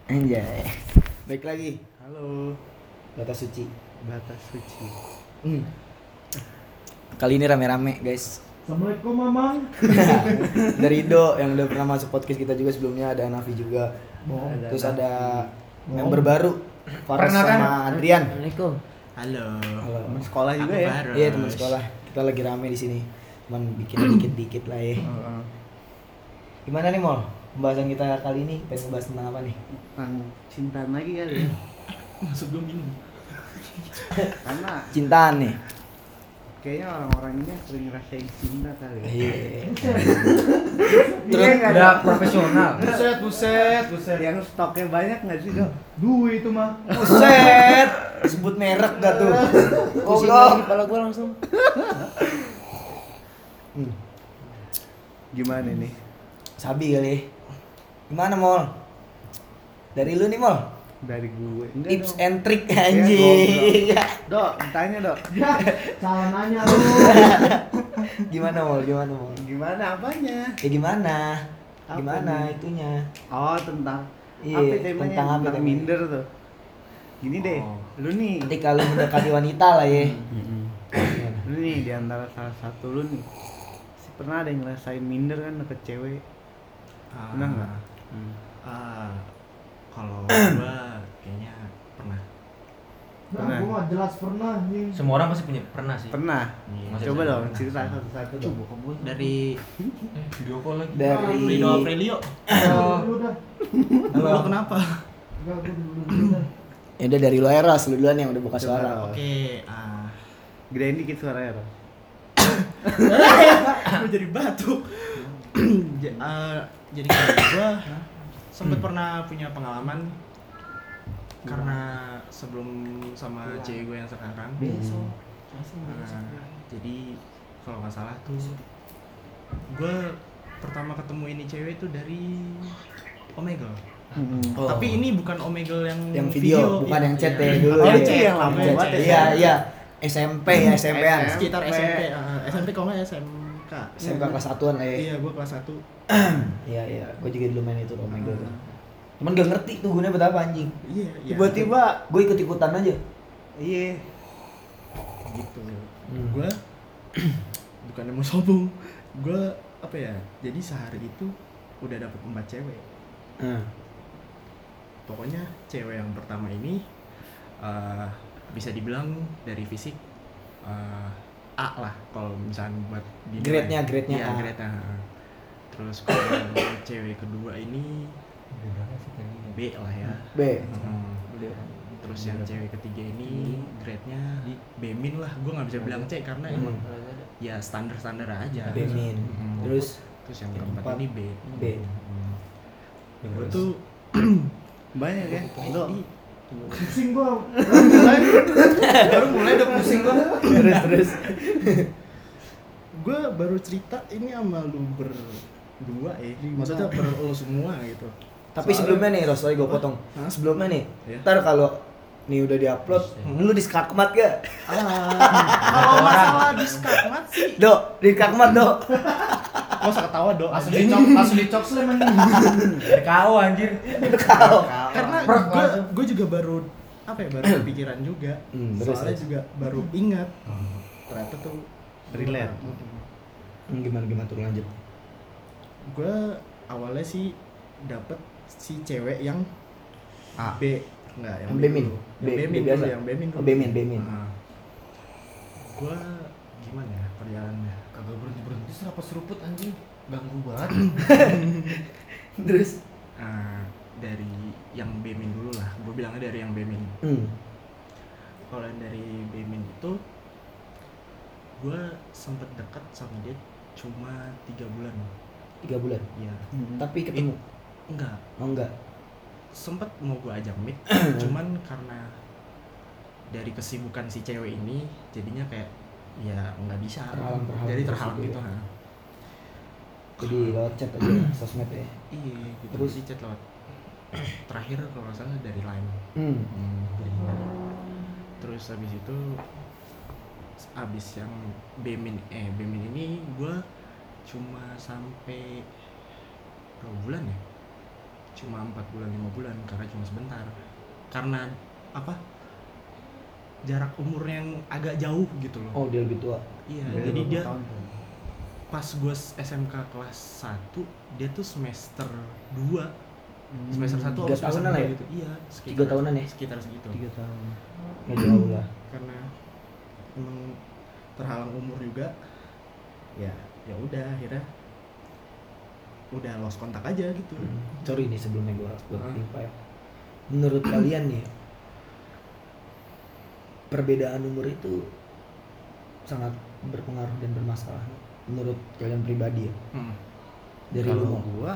Anjay. Baik lagi. Halo, Batas Suci. Batas Suci. Kali ini rame-rame, guys. Assalamualaikum Mamang. Dari Ido yang udah pernah masuk podcast kita juga sebelumnya, ada Nafi juga. Terus ada member baru, Faras sama Adrian. Assalamualaikum. Halo. Halo. Teman sekolah juga Aku ya? baru. Iya, teman sekolah. Kita lagi rame di sini. Cuman bikin dikit-dikit lah ya. Gimana nih, Mol? Pembahasan kita kali ini pengen ngebahas tentang apa nih? Tentang cintaan lagi kali ya. Masuk gue minum. Karena Cintaan nih. kayaknya orang-orang ini sering ngerasain cinta kali ya. Iya. Terus Udah profesional. buset. Yang stoknya banyak nggak sih dok? Duit itu mah. Buset. Sebut merek gak tuh? Pusing Goblok. lagi kepala gua langsung. Gimana nih? Sabi kali. Gimana, Mol? Dari lu nih, Mol. Dari gue. Tips and trick Ya, anjing. Dok, tanya dok. Salah nanya lu. Gimana, Mol? Gimana, Mol? Gimana apanya? Ya gimana? Apa Gimana nih? itunya? Oh tentang Iya, apa temanya? tentang apa temanya? minder tuh. Gini deh, Oh. lu nih, Ketika lu mendekati wanita lah ya. lu nih di antara salah satu lu nih, pernah ada yang ngerasain minder kan deket cewek? Pernah nggak? Kalau gua kayaknya pernah. Pernah. Gua mah jelas pernah nih. Semua orang pasti punya pernah sih. Pernah. Iya. Coba Pernah. dong cerita satu-satu dong. Dari Video call lagi. Dari Rino Aurelio. Dulu dah. Lo kenapa? Enggak, gua dulu dah. Ya udah dari lo Eros, lu duluan yang udah buka Coba suara. dong. Oke, Gedein dikit suaranya dong. gue jadi batuk. Jadi gue sempet pernah punya pengalaman karena sebelum sama cewek gue yang sekarang. Jadi kalau nggak salah tuh gue pertama ketemu ini cewek tuh dari Omegle. Oh. Tapi ini bukan Omegle yang video, bukan iya, yang chat iya. ya dulu. Oh, ya. itu yang lama Chat. banget ya. Iya, iya. SMP ya, SMP-an. Sekitar SMP kalau nggak SMK. SMP kelas 1-an lah ya. Iya, gue kelas 1. Iya, iya. Gue juga dulu main itu Omegle tuh. Cuman gak ngerti tuh gunanya buat apa anjing. Iya, iya. Tiba-tiba gue ikut-ikutan aja. Iya. Gitu. Gue bukannya mau sombong. Gue apa ya? Jadi sehari itu udah dapet 4 cewek. Pokoknya cewek yang pertama ini bisa dibilang dari fisik A lah kalau misalnya buat di Grade-nya iya, A. grade-nya. Terus kalau yang cewek kedua ini B lah ya. B. Terus yang cewek ketiga ini grade-nya B- lah. Gue nggak bisa bilang C karena emang ya standar aja. B-min. Terus yang keempat ini B. B. Gue tuh Banyak ya. Dok. Pusing gua. baru mulai udah pusing gue. terus. Gue baru cerita ini sama lu berdua ya. Maksudnya lo semua gitu. Tapi sebelumnya nih, Ros, gue potong. Hah? Sebelumnya nih, Iya. ntar kalau nih udah diupload, lu di skakmat gak? Kalau masalah di skakmat sih, Dok, di skakmat, Dok. gak usah ketawa dong. Langsung dicok sleman nih. RKO anjir. Kau. Karena gue juga baru apa ya, baru kepikiran juga. Terus, Soalnya terus. juga baru ingat. Ternyata tuh Relate. Gimana tuh lanjut? Gue awalnya sih dapet si cewek yang A. B. Enggak, yang Yang B B-min. dulu. B- Yang B-min B dulu, biasa. yang B-min dulu. Oh, B-min. Gue gimana ya perjalanannya? Kagak berhenti serapa seruput anjing. Ganggu banget. Terus? Dari yang B-min dulu lah. Gue bilangnya dari yang B-min. Kalau yang dari B-min itu gue sempet deket sama dia cuma 3 bulan. 3 bulan. Iya. Tapi ketemu? Enggak. Oh enggak. Sempet mau gue ajak meet, cuman karena dari kesibukan si cewek ini jadinya kayak ya nggak bisa. Terhalang Jadi terus terhalang gitu gitu. ya. Jadi lewat chat aja, sosmed ya. Iya gitu. Terus? Di chat lewat. Terakhir kalau nggak salah dari line. Terus habis itu yang B-min ini gue cuma sampai berapa bulan ya? cuma 4 bulan 5 bulan karena cuma sebentar, karena apa, jarak umur yang agak jauh gitu loh. Oh dia lebih tua. Iya, Beda jadi berapa dia tahun tuh? pas gue SMK kelas 1 dia tuh semester 2, semester 1 3 tahunan lah ya? gitu. Iya, 3 tahunan ya? sekitar segitu. 3 tahun. Nggak jauh lah. Karena emang terhalang umur juga, ya udah akhirnya udah lost kontak aja gitu. Sorry nih sebelumnya gue timpa ya. Menurut kalian nih, perbedaan umur itu sangat berpengaruh dan bermasalah menurut kalian pribadi ya? Dari lu Kalau mau? gua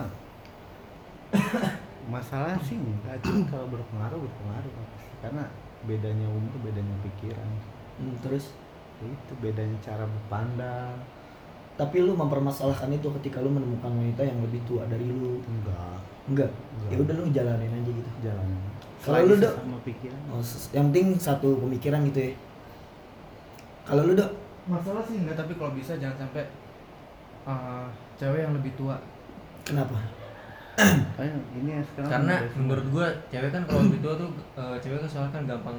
masalah sih enggak, cuma kalau berpengaruh karena bedanya umur, bedanya pikiran. Terus Itu bedanya cara berpandang. tapi lu mempermasalahkan itu ketika lu menemukan wanita yang lebih tua dari lu? Enggak. Ya udah lu jalanin aja gitu. Jalan. Kalau lu, Dok? sama pikiran. Yang penting satu pemikiran gitu ya. Kalau lu, Dok? Masalah sih enggak, tapi kalau bisa jangan sampai cewek yang lebih tua. Kenapa? Kayak ini ya sekarang Karena udah semua. menurut gua cewek kan kalau lebih tua tuh cewek kan soalnya kan gampang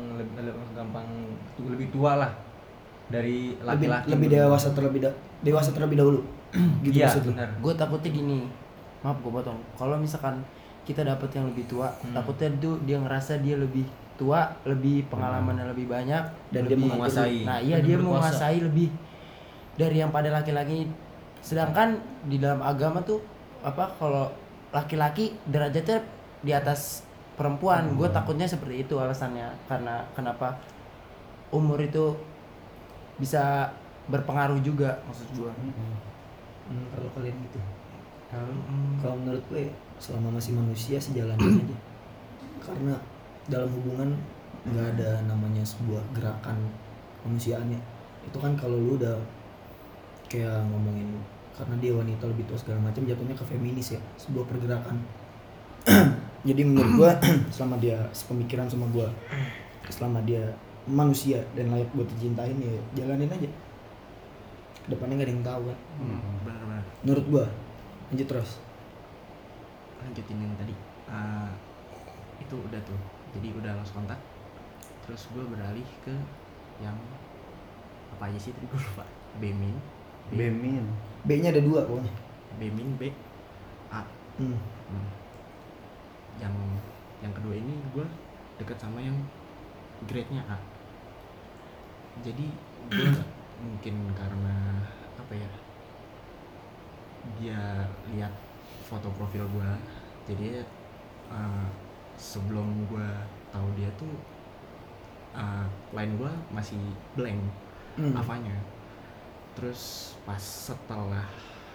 lebih tua lah dari laki-laki. Lebih dewasa terlebih dahulu. Gitu Iya, maksud lu? benar. Gue takutnya gini, maaf gue potong, kalau misalkan kita dapet yang lebih tua, takutnya tuh dia ngerasa dia lebih tua, lebih pengalamannya lebih banyak Dan dia lebih menguasai. Nah iya, Lebih dia berkuasa. menguasai lebih dari yang pada laki-laki. Sedangkan di dalam agama tuh apa, kalau laki-laki derajatnya di atas perempuan. Gue takutnya seperti itu alasannya, karena kenapa umur itu bisa berpengaruh juga, maksud gue. Kalau kalian gitu. Kalau menurut gue selama masih manusia sih jalanin aja. Karena dalam hubungan nggak ada namanya sebuah gerakan kemanusiaannya. Itu kan kalau lu udah kayak ngomongin karena dia wanita lebih tua segala macam, jatuhnya ke feminis ya, sebuah pergerakan. Jadi menurut gua selama dia sepemikiran sama gua, selama dia manusia dan layak buat dicintain, ya jalanin aja. Depannya nggak ada yang tahu kan. Benar-benar. Menurut gua. Lanjut terus. Lanjutin yang tadi. Itu udah tuh. Jadi udah lost kontak. Terus gue beralih ke yang apa aja sih tadi gue lupa. Bemin. Bemin. B-nya ada 2 pokoknya. Bemin B A. Hmm. Yang kedua ini gue deket sama yang grade-nya A. Jadi gue mungkin karena apa ya, dia lihat foto profil gue, jadi sebelum gue tahu dia tuh line gue masih blank, Avanya. Terus pas setelah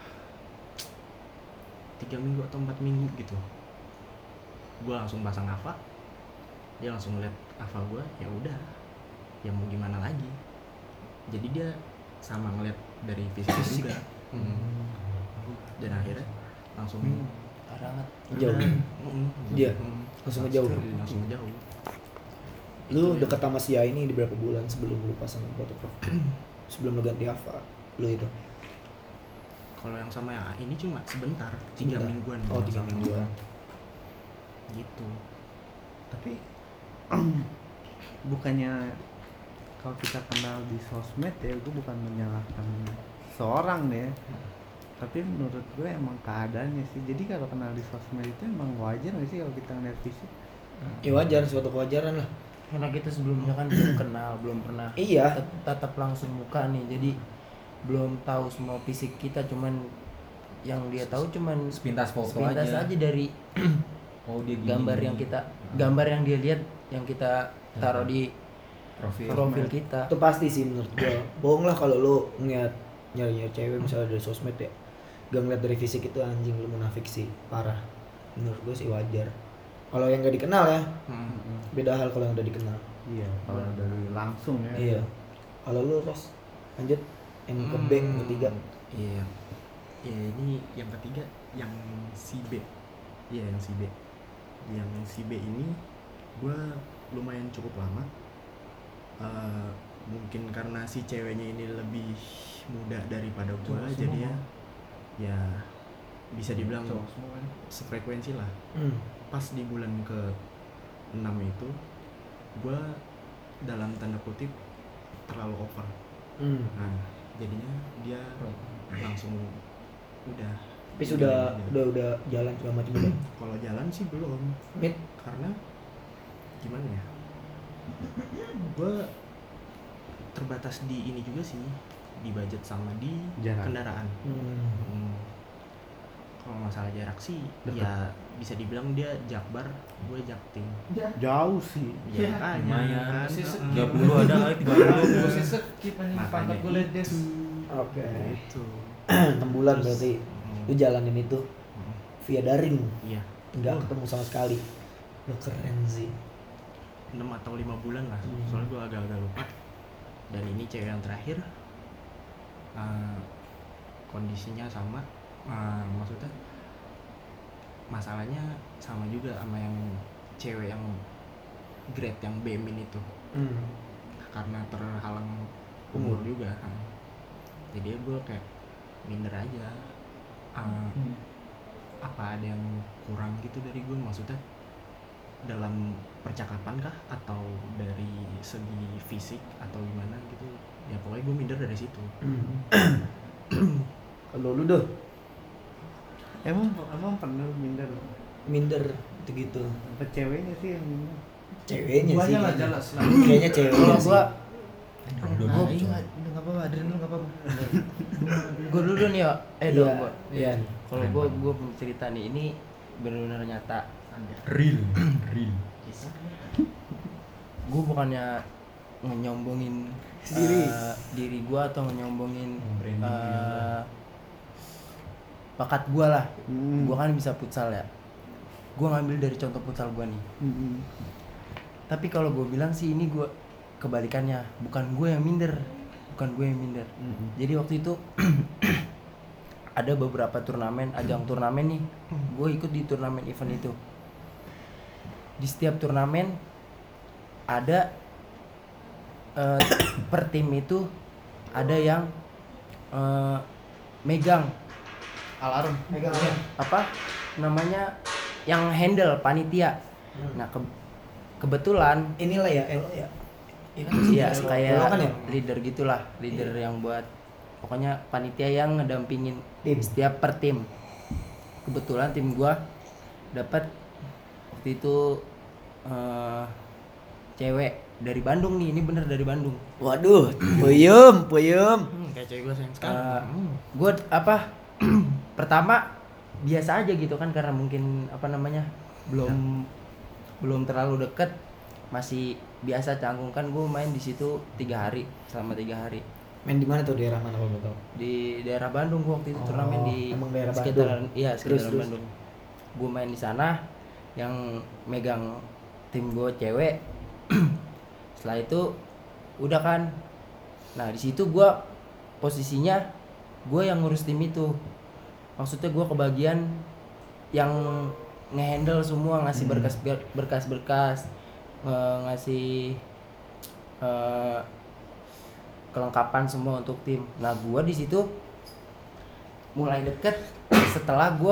3 minggu atau 4 minggu gitu, gue langsung pasang Ava, dia langsung lihat Ava gue, ya udah, ya mau gimana lagi. Jadi dia sama ngeliat dari fisik juga. Dan akhirnya langsung Jauh. Dia langsung ngejauh. langsung ngejauh. Lu dekat sama si A ini di berapa bulan sebelum lu pasang foto profil? Sebelum lu ganti Ava, lu itu? Kalau yang sama yang A ini cuma sebentar, 3 Sebentar. mingguan. Oh, 3 mingguan. Gitu. Tapi bukannya kalau kita kenal di sosmed ya, gue bukan menyalahkan seorang deh, tapi menurut gue emang keadaannya sih. Jadi kalau kenal di sosmed itu emang wajar nggak sih kalau kita ngeliat fisik? Ya wajar, suatu kewajaran lah. Karena kita sebelumnya kan belum kenal, belum pernah Iya. tatap langsung muka nih, jadi belum tahu semua fisik kita, cuman yang dia tahu cuman Sepintas foto sepintas aja. aja dari Oh dia gini, gambar gini. yang kita, gambar yang dia lihat, yang kita taruh di profil kita. Itu pasti sih menurut gua. Bohong lah kalau lu ngeliat nyari cewek misalnya dari sosmed ya, gak ngeliat dari fisik, itu anjing, lu munafik sih, parah. Menurut gua sih wajar. Kalau yang gak dikenal ya, beda hal kalau yang udah dikenal. Iya, kalau dari langsung ya. Iya. Kalau lu Ros, lanjut yang ke B, yang ketiga. Iya. Ya ini yang ketiga, yang si B. Iya, yang si B. Yang si B ini gue lumayan cukup lama. Mungkin karena si ceweknya ini lebih muda daripada gue, jadi ya bisa dibilang cowok semua kan. sefrekuensi lah. Hmm. Pas di bulan ke-6 itu gue dalam tanda kutip terlalu over. Hmm. Nah jadinya dia langsung udah. Tapi udah jalan segala macam udah. Kalau jalan sih belum. Mit. Karena gimana ya? Gue terbatas di ini juga sih, di budget sama di Jarak. kendaraan. Kalau masalah jarak sih, Dekat. ya bisa dibilang dia Jakbar, gue Jaktim. Jauh sih. Ya, makanya lumayan. kan. Masih Heeh. 30 ada kali 30. Masih skip nih Makanya pangkat gue liat des. Oke. Itu. 6 bulan berarti lu jalanin itu Mm. via daring, Iya, nggak ketemu sama sekali. Lu keren sih. 6 atau 5 bulan lah. Hmm. Soalnya gue agak-agak lupa. Dan ini cewek yang terakhir. Kondisinya sama. Maksudnya masalahnya sama juga sama yang cewek yang grade yang B-min itu. Karena terhalang umur juga. Jadi gue kayak minder aja. Apa ada yang kurang gitu dari gue, maksudnya dalam percakapan kah atau dari segi fisik atau gimana gitu ya, pokoknya gue minder dari situ. Kalau lu doh Emang pernah minder gitu. apa ceweknya sih yang minder? Ceweknya sih. Guanya lah kayaknya. jelas lah. Kayaknya ceweknya Kalau sih. gua Gue udah nggak apa-apa, Adrian lu nggak apa-apa. gua dulu nih ya. Iya, Dong gua. iya. Kalau gua punya cerita nih, ini benar-benar nyata. Real. Gue bukannya nyombongin diri gue atau nyombongin bakat gue lah. Gue kan bisa futsal ya. Gue ngambil dari contoh futsal gue nih. Tapi kalau gue bilang sih ini gue kebalikannya, bukan gue yang minder. Jadi waktu itu ada beberapa turnamen, ajang turnamen nih. Gue ikut di turnamen event itu. Di setiap turnamen ada per tim itu ada yang megang Alarm. apa namanya, yang handle panitia. Nah kebetulan Inilah ya, Elo ya. iya Elo kayak kan ya? leader gitulah, leader yang buat pokoknya panitia yang ngedampingin Tim. setiap per tim. Kebetulan tim gua dapat waktu itu cewek dari Bandung nih, ini bener dari Bandung. Waduh, puyum. Kayak cewek gue sayang sekali. Gue pertama biasa aja gitu kan, karena mungkin apa namanya belum terlalu deket, masih biasa canggung kan. Gue main di situ selama 3 hari Main di mana tuh, daerah mana kalau tahu? di daerah Bandung. Gue waktu itu Oh, turnamen di emang daerah sekitaran Bandung. iya sekitaran Terus. Bandung. Gue main di sana, yang megang tim gue cewek. Setelah itu udah kan, nah di situ gue posisinya gue yang ngurus tim itu. Maksudnya gue kebagian yang ngehandle semua, ngasih berkas-berkas, ngasih kelengkapan semua untuk tim. Nah gue di situ mulai deket setelah gue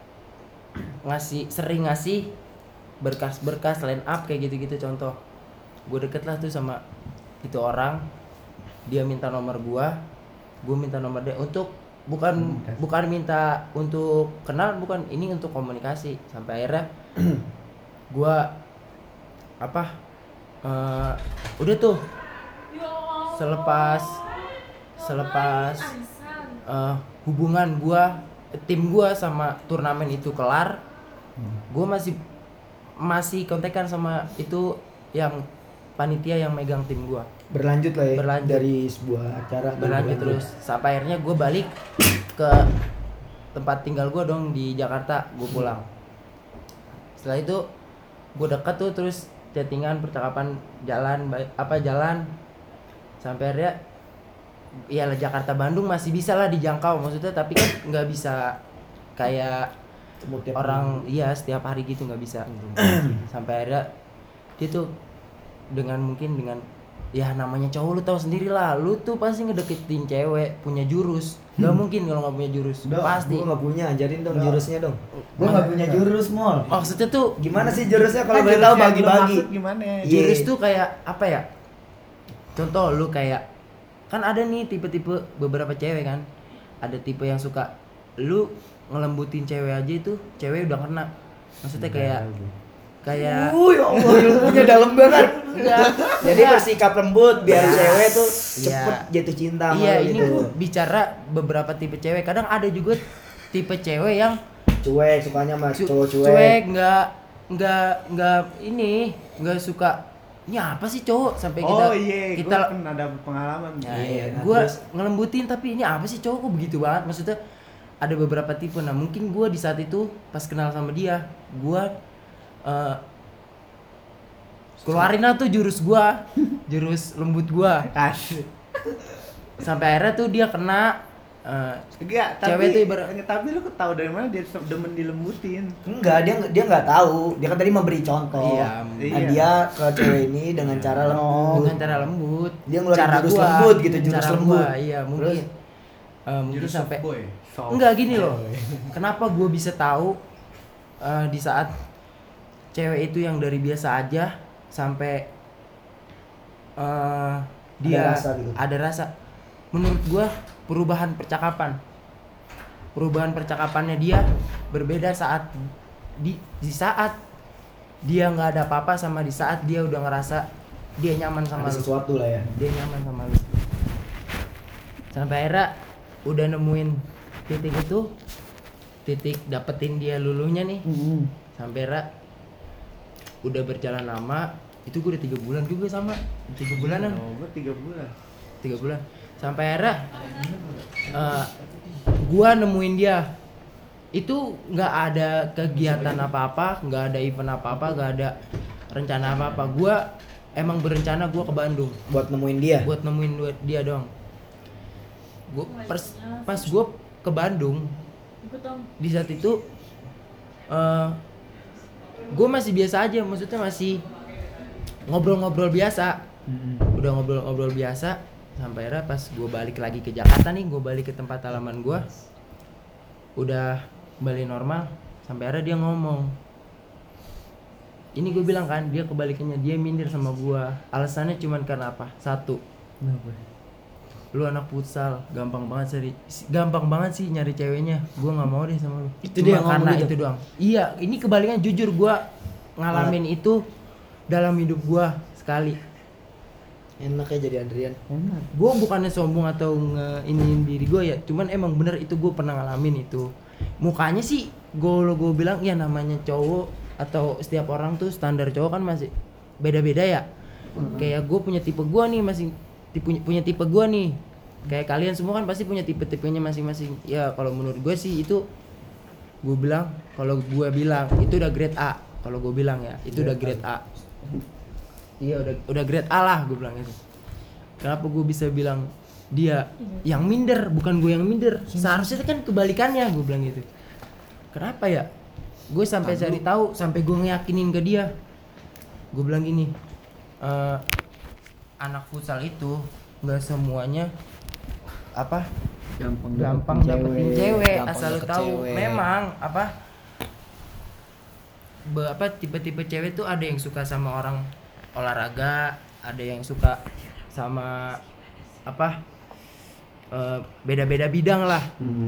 sering ngasih berkas-berkas line up kayak gitu-gitu. Contoh, gue deket lah tuh sama itu orang, dia minta nomor gue minta nomor dia, untuk bukan minta untuk kenal, bukan, ini untuk komunikasi. Sampai akhirnya gue udah tuh selepas hubungan tim gue sama turnamen itu kelar, gue masih kontekan sama itu yang panitia yang megang tim gue. Berlanjut lah ya. Berlanjut. Dari sebuah acara. Berlanjut terus sampai akhirnya gue balik ke tempat tinggal gue dong di Jakarta. Gue pulang. Setelah itu gue dekat tuh, terus chattingan, percakapan, jalan sampai akhirnya ya Jakarta Bandung masih bisa lah dijangkau, maksudnya, tapi kan nggak bisa kayak orang setiap hari gitu, nggak bisa. Sampai akhirnya dia tuh dengan ya namanya cowok lu tahu sendiri lah, lu tuh pasti ngedeketin cewek punya jurus. Gak mungkin kalau nggak punya jurus. Pasti. Gue nggak punya, ajarin dong jurusnya dong. Gue nggak punya jurus mol. Maksudnya tuh Gimana sih jurusnya kalau Kan boleh jurus tahu yang lu bagi-bagi? maksud gimana? jurus tuh kayak apa ya? Contoh lu kayak kan ada nih tipe-tipe beberapa cewek kan. Ada tipe yang suka lu ngelembutin cewek aja itu, cewek udah kena. Maksudnya kayak Ya Allah, ilmunya dalam banget. Jadi bersikap lembut biar cewek tuh cepet jatuh cinta sama iya, lu ini gitu. gua bicara beberapa tipe cewek. Kadang ada juga tipe cewek yang Cuek, sukanya sama cowok cuek. cuek, nggak ini, nggak suka. Ini apa sih cowok sampai kita Oh iya, kita gue kan ada pengalaman. Ya, Iya, nah, gue terus? ngelembutin tapi ini apa sih cowok kok begitu banget, maksudnya ada beberapa tipe. Nah mungkin gue di saat itu pas kenal sama dia, gue keluarin lah tuh jurus gue, jurus lembut gue, sampai akhirnya tuh dia kena. Enggak, Cewek tapi tuh ibarat- tapi lu tahu dari mana dia demen dilembutin? Enggak, dia nggak tahu. Dia kan tadi memberi contoh. Iya, Nah, iya. dia ke cewek ini dengan cara lembut. dengan cara lembut, Dia ngeluarin cara jurus gua, lembut gitu, jurus cara lembut. gua, iya mungkin. Mungkin Jurus sampai soft boy. enggak gini loh. Kenapa gue bisa tahu di saat cewek itu yang dari biasa aja sampai dia rasa gitu. ada rasa. Menurut gue perubahan percakapannya dia berbeda saat di saat dia nggak ada apa-apa sama di saat dia udah ngerasa dia nyaman sama Ada lu. sesuatu lah ya. Dia nyaman sama lu. Sampai akhirnya udah nemuin titik itu, titik dapetin dia luluhnya nih. Sampai akhirnya udah berjalan lama, itu gue udah 3 bulan juga sama 3 bulanan. Oh, gue 3 bulan. 3 bulan sampai akhirnya gua nemuin dia itu nggak ada kegiatan apa-apa, nggak ada event apa-apa, nggak ada rencana apa-apa. Gua emang berencana gua ke Bandung Buat nemuin dia. buat nemuin dia doang. Pas gua ke Bandung di saat itu gua masih biasa aja, maksudnya masih ngobrol-ngobrol biasa. Udah ngobrol-ngobrol biasa sampai akhirnya pas gue balik lagi ke Jakarta nih, gue balik ke tempat halaman gue, udah kembali normal. Sampai akhirnya dia ngomong, ini gue bilang kan dia kebalikannya, dia minder sama gue. Alasannya cuman karena apa? Satu, lu anak futsal, gampang banget sih nyari ceweknya, gue nggak mau deh sama lu. Itu Cuma dia yang karena ngomong gitu? itu doang. Iya, ini kebalikannya, jujur gue ngalamin itu dalam hidup gue sekali. Enak ya jadi Adrian. Gue bukannya sombong atau ngeiniin diri gue ya, cuman emang bener itu gue pernah ngalamin itu. Mukanya sih gue bilang ya namanya cowok atau setiap orang tuh standar cowok kan masih beda-beda ya. Kayak gue punya tipe gue nih, masih punya tipe gue nih. Kayak kalian semua kan pasti punya tipe-tipenya masing-masing. Ya kalau menurut gue sih itu, gue bilang kalau gue bilang itu udah grade A. Kalau gue bilang ya itu udah grade A. Iya udah grade A lah, gue bilang itu. Kenapa gue bisa bilang dia yang minder, bukan gue yang minder? Seharusnya kan kebalikannya, gue bilang gitu. Kenapa ya? Gue sampai cari tahu, sampai gue ngeyakinin ke dia. Gue bilang gini, anak futsal itu nggak semuanya apa gampang dapetin cewek, asal lu tahu. Memang apa tipe-tipe cewek tuh ada yang suka sama orang olahraga, ada yang suka sama apa beda-beda bidang lah.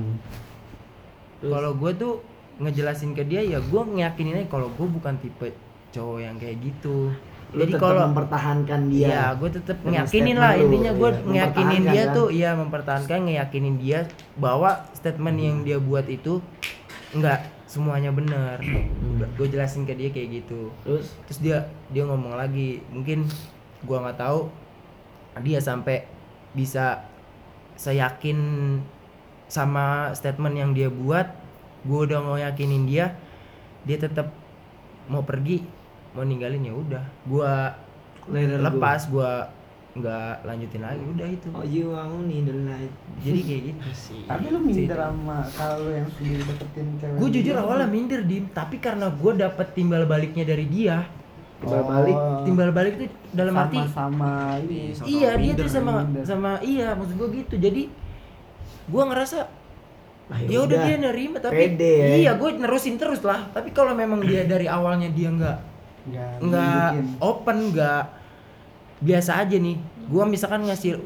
Kalau gue tuh ngejelasin ke dia ya, gue ngeyakininnya kalau gue bukan tipe cowok yang kayak gitu. Lu Jadi tetap kalau mempertahankan dia. ya gue tetap Dengan ngeyakinin statement lah, lu, intinya gue iya. ngeyakinin dia Mempertahankan, tuh iya mempertahankan, ngeyakinin dia bahwa statement yang dia buat itu enggak semuanya benar. Gue jelasin ke dia kayak gitu. Terus dia ngomong lagi, mungkin gue nggak tahu dia sampai bisa seyakin sama statement yang dia buat. Gue udah ngeyakinin dia tetap mau pergi, mau ninggalin, ya udah gue lepas, gue nggak lanjutin lagi, udah itu. Oh you want me the light. Jadi kayak gitu sih. Tapi lu minder sama kalau yang sendiri deketin cewek. Gue jujur awalnya minder, Dim, tapi karena gue dapet timbal baliknya dari dia, timbal balik. Timbal balik itu dalam arti sama ini. iya dia minder, tuh sama iya maksud gue gitu. Jadi gue ngerasa ya udah dia nerima tapi pede, ya. iya gue nerusin terus lah. Tapi kalau memang dia dari awalnya dia nggak open, nggak biasa aja nih, gue misalkan ngasih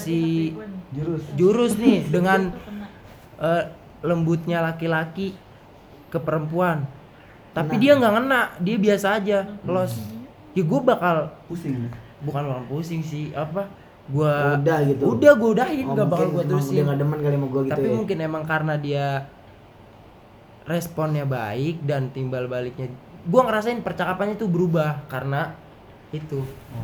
jurus nih dengan lembutnya laki-laki ke perempuan, tapi dia nggak ngena, dia biasa aja los, ya gue bakal pusing. bukan orang pusing sih, apa gua Udah gitu. udah gue udahin, Oh, nggak bakal mungkin gue emang terusin. dia nggak demen kali sama gue gitu. Tapi ya. mungkin emang karena dia responnya baik dan timbal baliknya, gue ngerasain percakapannya tuh berubah karena itu.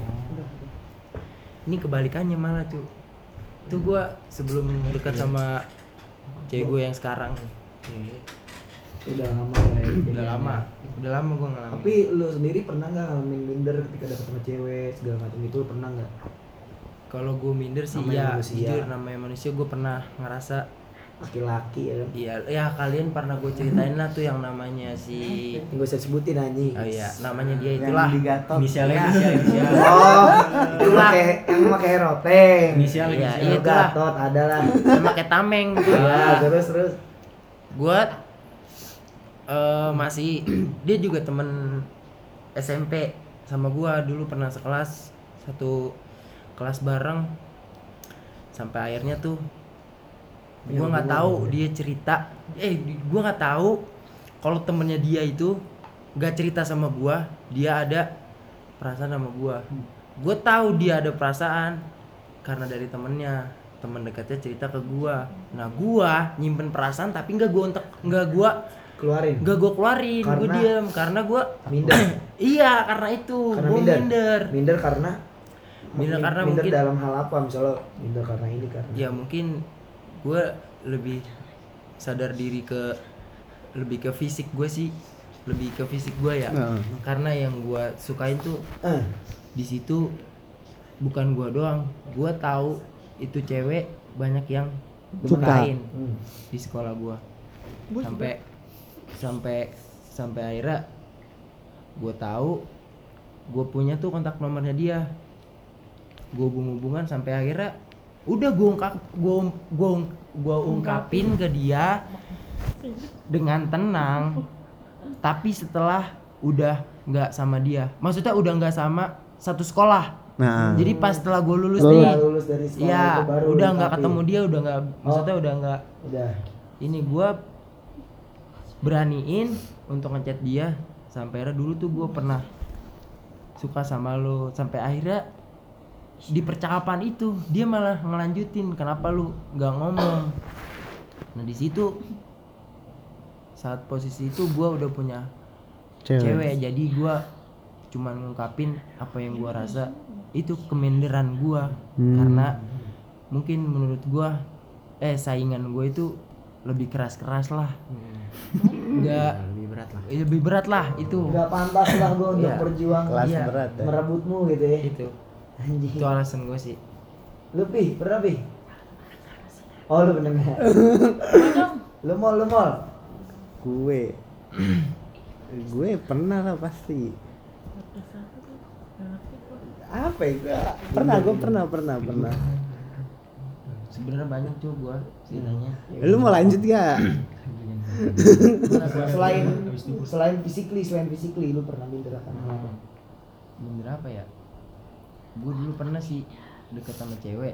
Ini kebalikannya malah cuy. Itu gue sebelum dekat sama cewek gue yang sekarang. Udah lama ya. Udah lama gue ngalamin. Tapi lu sendiri pernah nggak ngalamin minder ketika deket sama cewek segala macam itu, pernah nggak? Kalau gue minder sih Namanya ya, manusia. jujur namanya manusia, gue pernah ngerasa Laki-laki ya kan? iya ya kalian pernah gue ceritain lah tuh yang namanya si Nggak usah sebutin anjing. oh iya namanya dia Yang itulah digatot. Inisialnya. Oh, itu yang pakai roteng. Inisial. Iya, Itu itulah. Gatot adalah. yang pakai tameng gitu Ya, ya. terus. Gue masih dia juga temen SMP sama gue dulu, pernah sekelas, satu kelas bareng sampai akhirnya tuh gue nggak tahu dia cerita gue nggak tahu kalau temennya dia itu nggak cerita sama gue dia ada perasaan sama gue tahu dia ada perasaan karena dari temen dekatnya cerita ke gue. Nah gue nyimpen perasaan tapi nggak gue Keluarin. keluarin, gue Karena- diem karena gue Minder. iya karena itu Karena gue minder. Minder karena Minder karena minder mungkin- dalam hal apa? Misalnya minder karena ini karena. Ya mungkin gue lebih sadar diri lebih ke fisik gue sih, lebih ke fisik gue ya. Karena yang gue sukain tuh di situ bukan gue doang, gue tahu itu cewek banyak yang sukain di sekolah gue. Sampai akhirnya gue tahu, gue punya tuh kontak nomornya dia, gue hubungan sampai akhirnya udah gue ungkapin ke dia dengan tenang. Tapi setelah udah nggak sama dia, maksudnya udah nggak sama satu sekolah. Nah, Jadi pas setelah gue lulus Lu nih, lulus dari sekolah ya itu baru udah nggak ungkapin. ketemu dia, udah nggak, maksudnya udah nggak. Udah. Ini gue beraniin untuk ngechat dia sampai akhirnya dulu tuh gue pernah suka sama lo, sampai akhirnya di percakapan itu dia malah ngelanjutin, kenapa lu nggak ngomong. Nah di situ saat posisi itu gue udah punya cewek, jadi gue cuman ngungkapin apa yang gue rasa, itu keminderan gue. Karena mungkin menurut gue saingan gue itu lebih keras lah, nggak lebih berat lah itu. Enggak pantas lah gue untuk Iya. berjuang kelas Iya. berat ya. merebutmu gitu ya. Itu Anjing. alasan gue sih. Lu Pi, pernah Pi? Oh lu pendengar. Lu mall. Gue pernah lah pasti. Apa ya? Gue pernah. Sebenarnya banyak tuh gue ceritanya. Lu mau lanjut gak? selain physically lu pernah minder akan apa? Minder apa ya? Gue dulu pernah sih deket sama cewek.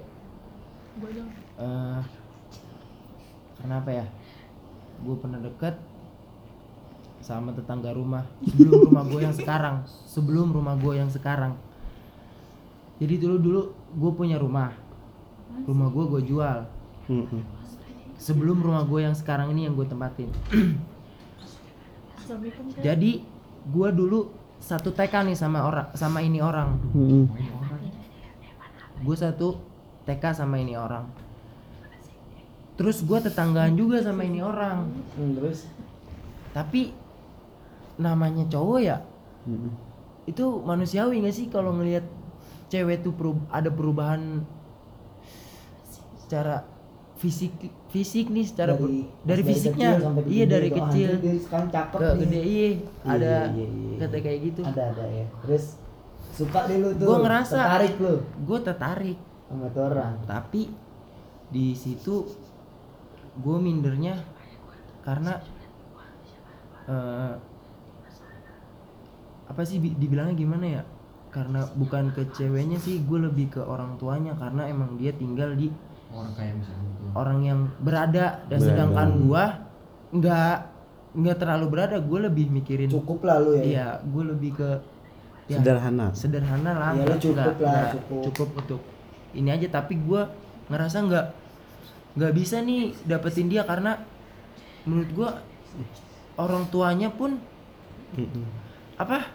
Kenapa ya? Gue pernah deket sama tetangga rumah sebelum rumah gue yang sekarang. Jadi dulu gue punya rumah gue jual sebelum rumah gue yang sekarang ini yang gue tempatin. Jadi gue dulu satu TK nih sama ini orang. Gue satu TK sama ini orang. Terus gue tetanggaan juga sama ini orang. Terus Tapi namanya cowok ya, itu manusiawi nggak sih kalau ngelihat cewek tuh ada perubahan secara fisik nih secara dari kecil fisiknya. sampai Iya gede, dari kok, kecil anjir, dia sekarang cakep ke nih. gede iya. Ada Iya. kata kayak gitu. Ada ya. Terus suka deh lu tuh. Gua ngerasa tertarik lu gue tertarik, sama tuh orang. tapi di situ gue mindernya karena apa sih dibilangnya gimana ya, karena bukan ke ceweknya sih, gue lebih ke orang tuanya karena emang dia tinggal di Orang kayak misalnya gitu. orang yang berada dan sedangkan gue nggak terlalu berada, gue lebih mikirin Cukup lah lu ya. iya, gue lebih ke ya, sederhana lah, Iya, lu cukup lah, cukup untuk ini aja. Tapi gue ngerasa nggak bisa nih dapetin dia karena menurut gue orang tuanya pun apa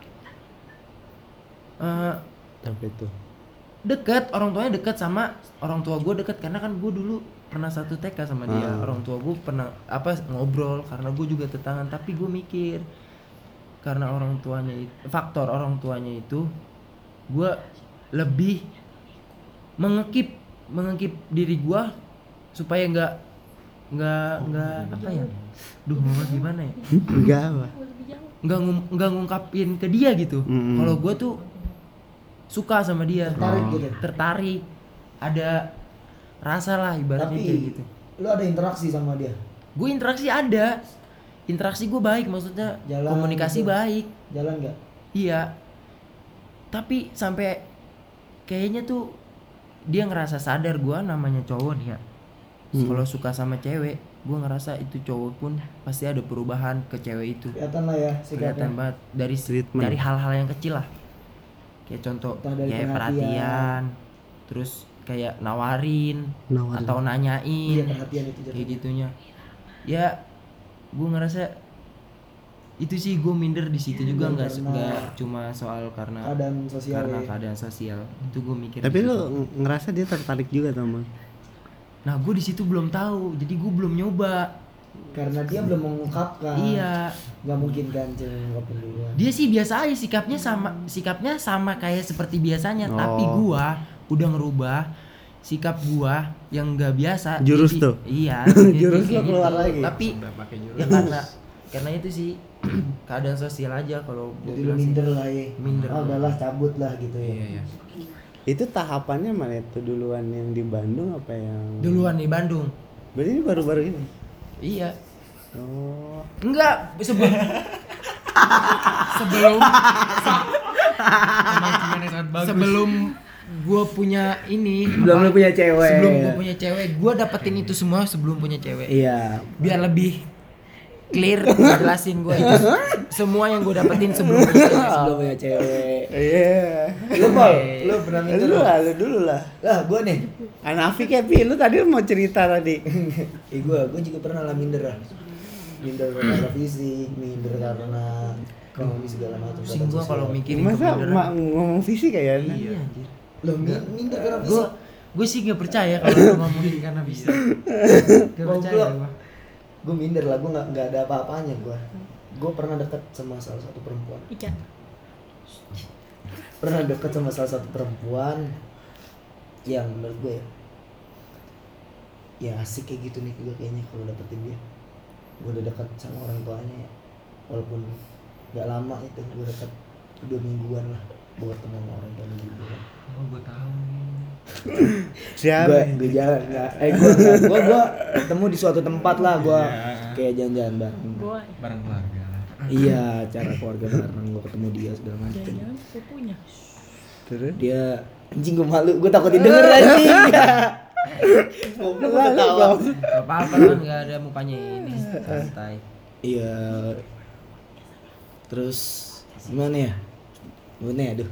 Sampai itu. dekat, orang tuanya dekat sama orang tua gue dekat karena kan gue dulu pernah satu TK sama dia. Orang tua gue pernah ngobrol karena gue juga tetanggaan, tapi gue mikir karena orang tuanya itu, faktor orang tuanya itu, gue lebih mengekip diri gue supaya nggak apa ya, ngomong gimana ya, nggak ngungkapin ke dia gitu. Kalau gue tuh suka sama dia, tertarik, ada rasa lah ibaratnya. Tapi kayak gitu. lu ada interaksi sama dia? Gue interaksi gue baik, maksudnya Jalan komunikasi gitu. baik. Jalan nggak? Iya, tapi sampai kayaknya tuh dia ngerasa sadar gue namanya cowok nih ya. Kalau suka sama cewek, gue ngerasa itu cowok pun pasti ada perubahan ke cewek itu. Kelihatan lah ya Kelihatan sikapnya. banget dari hal-hal yang kecil lah. Kayak contoh Entah dari kayak perhatian, terus kayak nawarin. Atau nanyain. Iya, perhatian itu kayak gitunya. Ya, gue ngerasa itu sih, gue minder di situ juga, nggak cuma soal karena keadaan sosial itu gue mikir. Tapi lu ngerasa dia tertarik juga sama? Nah, gue di situ belum tahu, jadi gue belum nyoba karena dia belum mengungkapkan. Iya, nggak mungkin kan cewek ngungkapin duluan. dia sih biasa aja sikapnya sama kayak seperti biasanya. Tapi gue udah ngerubah sikap gue yang nggak biasa. Jurus Jadi, tuh. Iya. Jurus kayak lo keluar gitu. lagi. Tapi ya karena itu sih keadaan sosial aja. Kalau gue Jadi lu bilang sih minder lah ya. minder. Udahlah cabut lah gitu ya. Iya. Itu tahapannya mana itu, duluan yang di Bandung apa yang Duluan di Bandung. Berarti ini baru-baru ini? Iya. Oh, Enggak, sebelum gue punya ini, Belum lu punya cewek. sebelum gue punya cewek, gue dapetin itu semua sebelum punya cewek. Iya. Biar lebih clear jelasin gue itu semua yang gue dapetin sebelum punya cewek. Sebelum punya cewek. iya. Lu Pol, lu pernah minder? Lu dulu lah. Lah, gua nih. Anafik ya, Pi, lu tadi mau cerita tadi. Gua juga pernah lah minder lah. Minder karena fisik, minder karena ekonomi segala macam. Pusing gue kalau mikirin Masa kebenaran. ngomong fisik ya? Iya anjir. Lo minder karena fisik. Gue sih gak percaya kalau ngomongin karena bisa. Gak percaya gue. Gue minder lah, gue nggak ada apa-apanya gue pernah dekat sama salah satu perempuan. Pernah dekat sama salah satu perempuan yang menurut gue ya asik kayak gitu nih gue kayaknya kalau dapetin dia. Gue udah dekat sama orang tuanya ya, walaupun nggak lama itu, gue dekat 2 mingguan lah gue ketemu sama orang tua mingguan. Oh, gue tahu. Siapa? Gue jalan nggak, gue ketemu di suatu tempat lah, gue kayak jalan-jalan bareng. Bareng keluarga. Iya, acara keluarga bareng, gue ketemu dia segala macam. Terus? Dia anjing, gue malu, gue takut didengar anjing. Goblok, gue ketawa. Gak apa-apa kan, gak ada mukanya ini, santai. Iya. Terus gimana ya? Aduh.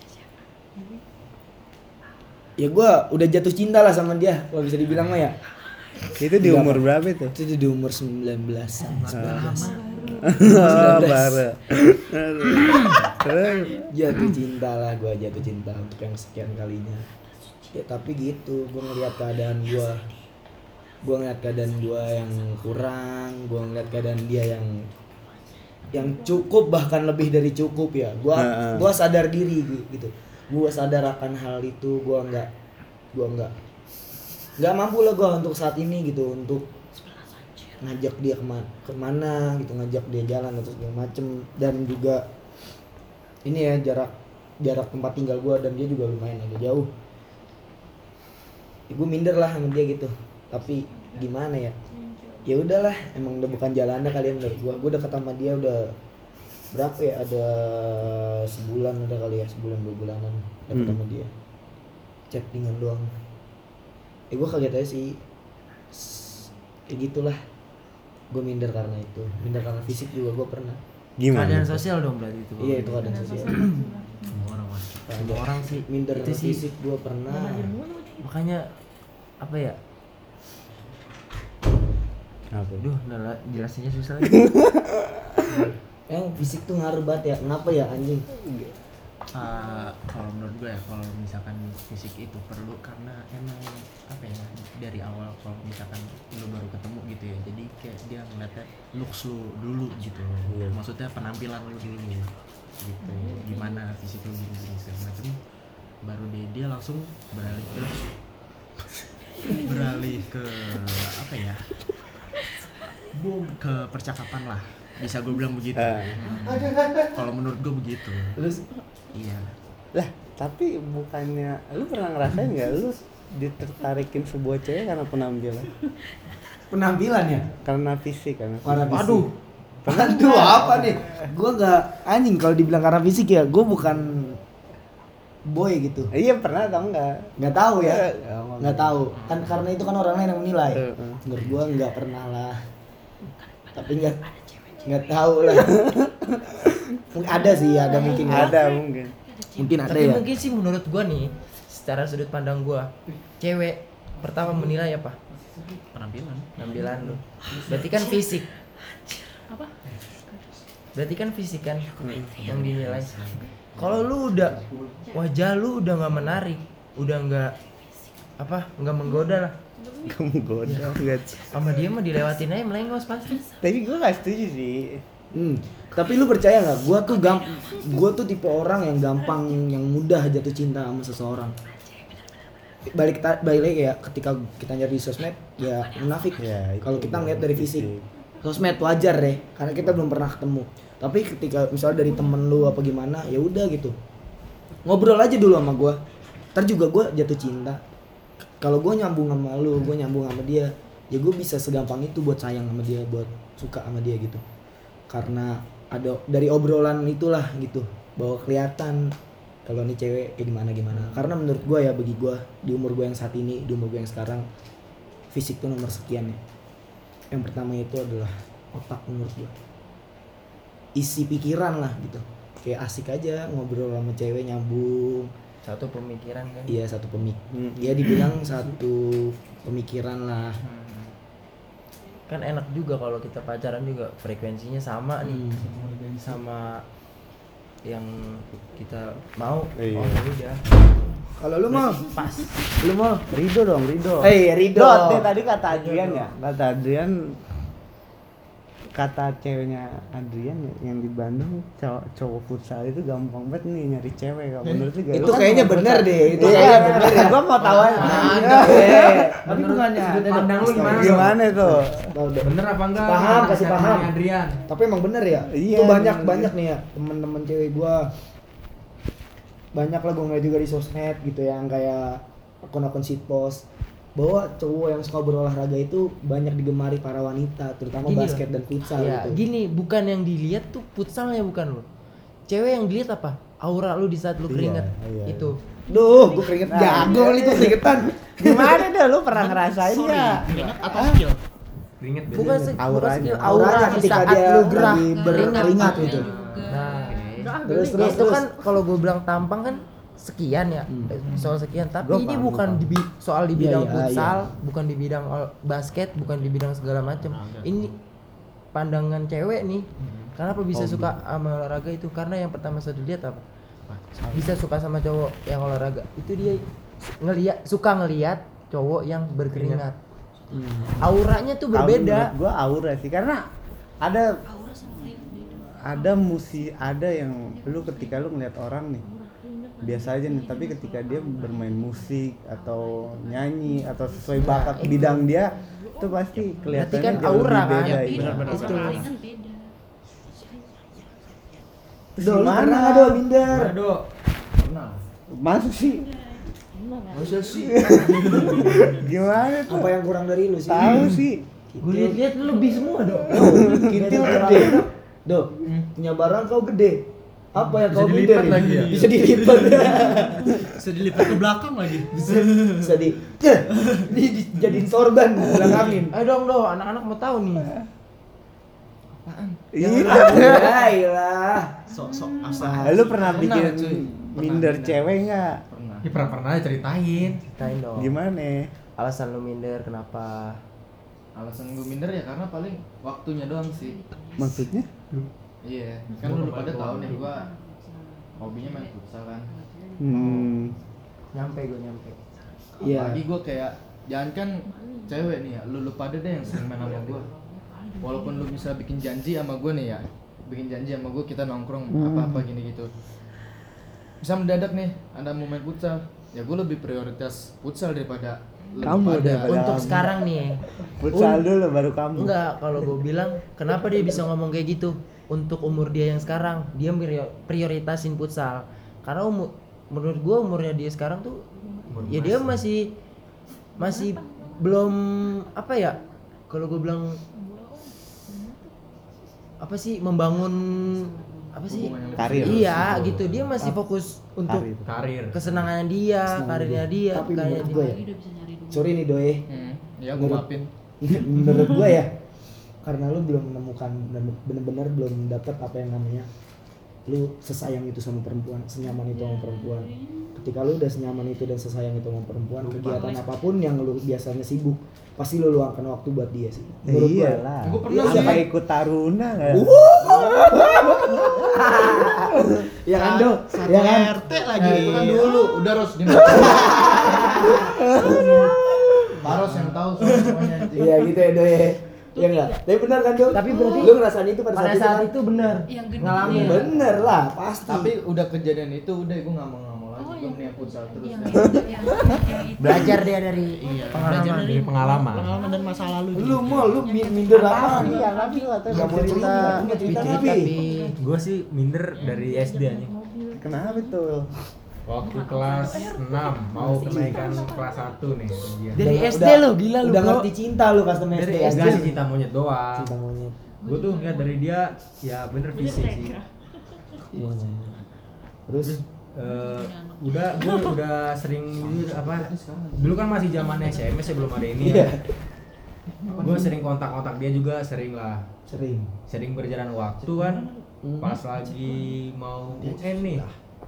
Ya gue udah jatuh cinta lah sama dia, kalau bisa dibilang mah ya. Itu di umur berapa itu? Itu di umur 19-an. 19. Oh, baru. Terus Jatuh cinta lah, gue jatuh cinta untuk yang sekian kalinya. Ya tapi gitu, gue ngeliat keadaan gue ngeliat keadaan gue yang kurang, gue ngeliat keadaan dia yang cukup, bahkan lebih dari cukup ya. Gue sadar diri gitu. Gue sadar akan hal itu, gue nggak nggak mampu lah gue untuk saat ini gitu untuk ngajak dia kemana gitu, ngajak dia jalan atau segala macem. Dan juga ini ya jarak tempat tinggal gue dan dia juga lumayan agak jauh ya, gue minder lah sama dia gitu. Tapi gimana ya, ya udahlah, emang udah bukan jalannya kalian menurut gue dekat sama dia udah berapa ya, ada sebulan ada kali ya, sebulan 2 bulanan dekat sama dia, chattingan doang. Gue kaget aja sih, kayak gitulah. Gue minder karena itu, minder karena fisik juga gue pernah. Gimana? Keadaan sosial dong berarti itu. Iya itu keadaan sosial. Semua orang sih minder itu sih. fisik gue pernah. Makanya apa ya? Aduh, jelasinnya susah lagi. Yang fisik tuh ngaruh banget ya, kenapa ya anjing? Kalau menurut gue ya, kalau misalkan fisik itu perlu karena emang apa ya, dari awal kalau misalkan lu baru ketemu gitu ya, jadi kayak dia ngeliatnya looks lu dulu gitu, maksudnya penampilan lu dulu gitu, gimana fisik lu gini segala macam, baru dia langsung beralih ke apa ya, ke percakapan lah, bisa gue bilang begitu. Kalau menurut gue begitu. Terus iya Lah, tapi bukannya lu pernah ngerasain nggak lu ditertarikin sebuah cewek karena penampilan ya? karena fisik kan? Karena fisik. Pernah Aduh apa nih? Gue nggak anjing kalau dibilang karena fisik ya, gue bukan boy gitu. Iya pernah atau enggak? Nggak tahu ya, Ya, nggak tahu kan karena itu kan orang lain yang menilai. Menurut gue nggak pernah lah. Tapi nggak tahu lah. Ada sih, ada mungkin. Ada mungkin. Mungkin ada Tapi ya. mungkin sih menurut gua nih, secara sudut pandang gua, cewek pertama menilai apa? Penampilan lu. Berarti kan fisik. Berarti kan fisik kan yang dinilai. Kalau lu udah wajah lu udah nggak menarik, udah nggak menggoda lah. Gak menggoda enggak. Sama dia mah dilewatin aja melengos pasti. Tapi gue gak setuju sih. Tapi lu percaya nggak? Gua tuh tipe orang yang gampang, yang mudah jatuh cinta sama seseorang. Balik lagi ya, ketika kita nyari di sosmed ya munafik. Ya, kalau kita ngeliat dari fisik, sosmed wajar deh, karena kita belum pernah ketemu. Tapi ketika misalnya dari temen lu apa gimana, ya udah gitu, ngobrol aja dulu sama gua. Ntar juga gua jatuh cinta. Kalau gua nyambung sama lu, gua nyambung sama dia, ya gua bisa segampang itu buat sayang sama dia, buat suka sama dia gitu. Karena ada dari obrolan itulah gitu, bahwa kelihatan kalau nih cewek kayak gimana. Karena menurut gue ya, bagi gue di umur gue yang saat ini, di umur gue yang sekarang, fisik tuh nomor sekian ya. Yang pertama itu adalah otak menurut gue, isi pikiran lah gitu, kayak asik aja ngobrol sama cewek, nyambung. Satu pemikiran kan. Iya, satu ya dibilang satu pemikiran lah. Kan enak juga kalau kita pacaran juga frekuensinya sama nih, sama yang kita mau. Iya. Oh ya udah. Kalau lu mau Pas. lu mau Ridho dong, Ridho. Ridho. Dot, nih tadi kata Adrian ya. Kata ceweknya Adrian yang di Bandung, cowok futsal itu gampang banget nih nyari cewek. Kalau menurut lu Itu kayaknya bener deh, itu Iya, kayaknya bener ya. Gua mau tahu aja. Tapi bukannya sudut pandang lu gimana? Gimana itu? Bener apa enggak? Paham, kasih Kata paham. Adrian. Tapi emang bener ya. Iya, Itu banyak bener. nih ya temen-temen cewek gua. Banyak lah gua ngeliat juga di sosmed gitu yang kayak akun-akun shitpost bahwa cowok yang suka berolahraga itu banyak digemari para wanita, terutama Gini basket dan futsal Ya, gitu. gini, bukan yang dilihat tuh futsalnya, bukan lo. Cewek yang dilihat apa? Aura lu di saat lu keringet. iya. Itu. Duh, gua keringet jago nih tuh keringetan. Gimana dah lu pernah ngerasain ya? atau skill Keringet Bukan Auranya. skill, Auranya aura di ketika saat dia lu gerak lagi berkeringat gitu. Nah, Terus itu kan kalau gue bilang tampang kan sekian ya, soal sekian. Tapi Gua ini paham, bukan gua soal di bidang Iya, futsal, bukan di bidang basket, bukan di bidang segala macam. Ini pandangan cewek nih. Kenapa bisa suka sama olahraga itu? Karena yang pertama saya dilihat apa? Bisa suka sama cowok yang olahraga. Itu dia suka ngelihat cowok yang berkeringat. Auranya tuh Kalau berbeda. menurut gua aura sih, karena ada yang lu ketika lu ngeliat orang nih biasa aja nih, tapi ketika dia bermain musik atau nyanyi atau sesuai bakat bidang dia itu pasti kelihatannya kan jauh aura lebih beda. kan? Iya. Benar-benar. Itu. kan beda. Do, lu pernah nggak do minder? Aduh. Masa sih? Masa sih? Gimana tuh? Apa yang kurang dari lu sih? Tahu sih. Gue lihat lu lebih semua dong. Kintil gede. Do, punya barang kau gede. Apa yang Bisa kau dilipat minder? lagi ya? Bisa dilipat. Bisa dilipat ke belakang lagi. Bisa dijadiin sorban belakangin. Ayo dong, anak-anak mau tahu nih. Iya. Ya iyalah. Sok Ah, lu pernah bikin cuy. minder cewek nggak? Pernah. Ya pernah ceritain. Ceritain dong. Gimana? Alasan lu minder kenapa? Alasan gue minder ya karena paling waktunya doang sih. Maksudnya? Iya, kan lu pada tahu nih gua hobinya main futsal kan. Nyampe. Iya. Apalagi gua kayak jangan kan cewek nih ya, lu pada deh yang sering main sama gua. Walaupun lu bisa bikin janji sama gua nih ya, bikin janji sama gua kita nongkrong apa-apa gini gitu. Bisa mendadak nih, ada mau main futsal. Ya gua lebih prioritas futsal daripada lu Kamu pada. daripada Untuk kamu. sekarang nih. Futsal dulu baru kamu. Enggak, kalau gue bilang kenapa dia bisa ngomong kayak gitu? Untuk umur dia yang sekarang, dia prioritasin futsal. Karena menurut gue umurnya dia sekarang tuh ya dia masih belum apa ya? Kalau gue bilang apa sih membangun apa sih? Karir. Iya, gitu. Dia masih fokus untuk Karir. Karir. kesenangannya dia, Kesenangan karirnya dia, Tapi kayak menurut gue ya, Udah bisa nyari duit. sorry nih Doe. Ya gua maafin. Menurut gue ya, karena lu belum menemukan bener-bener belum dapat apa yang namanya lu sesayang itu sama perempuan, senyaman itu sama perempuan. Ketika lu udah senyaman itu dan sesayang itu sama perempuan, kegiatan apapun yang lu biasanya sibuk, pasti lu luangkan waktu buat dia sih. Menurut gue. Iyalah. Gua pernah Iya, sih. sampai ikut taruna nggak? Ya kan Do? Ya kan? RT lagi. Itu kan dulu, udah Ros di Paros yang tahu semuanya anjing. Iya gitu ya Doe. Iya enggak? Tapi benar kan Do? Tapi berarti lu ngerasain itu pada pada saat saat itu itu bener Yang gede. ngalamin. Iya. Bener lah, pasti. Tapi udah kejadian itu udah gue nggak mau lagi, Oh, gue yang mending futsal terus. yang dah. itu. Belajar dia dari Belajar pengalaman. dari pengalaman. pengalaman dan masa lalu. Lu mau lu minder apa? Iya, tapi lu atau Gak mau cerita, punya cerita Cerita, tapi. tapi Gue sih minder dari SD aja. kenapa tuh? Waktu kelas 6 mau kenaikan kelas 1 nih. Iya. dari Udah- SD udah- lu gila lu Udah bro. ngerti cinta lu custom Dari SD. SD. Enggak sih cinta monyet doang. Cinta monyet. Gue tuh lihat dari dia ya bener fisik sih. Iya. Terus Gue udah sering apa? Dulu kan masih zaman SMS ya belum ada ini Iya. ya. Gue sering kontak-kontak dia juga sering lah. sering. Berjalan waktu kan. Pas lagi mau UN nih.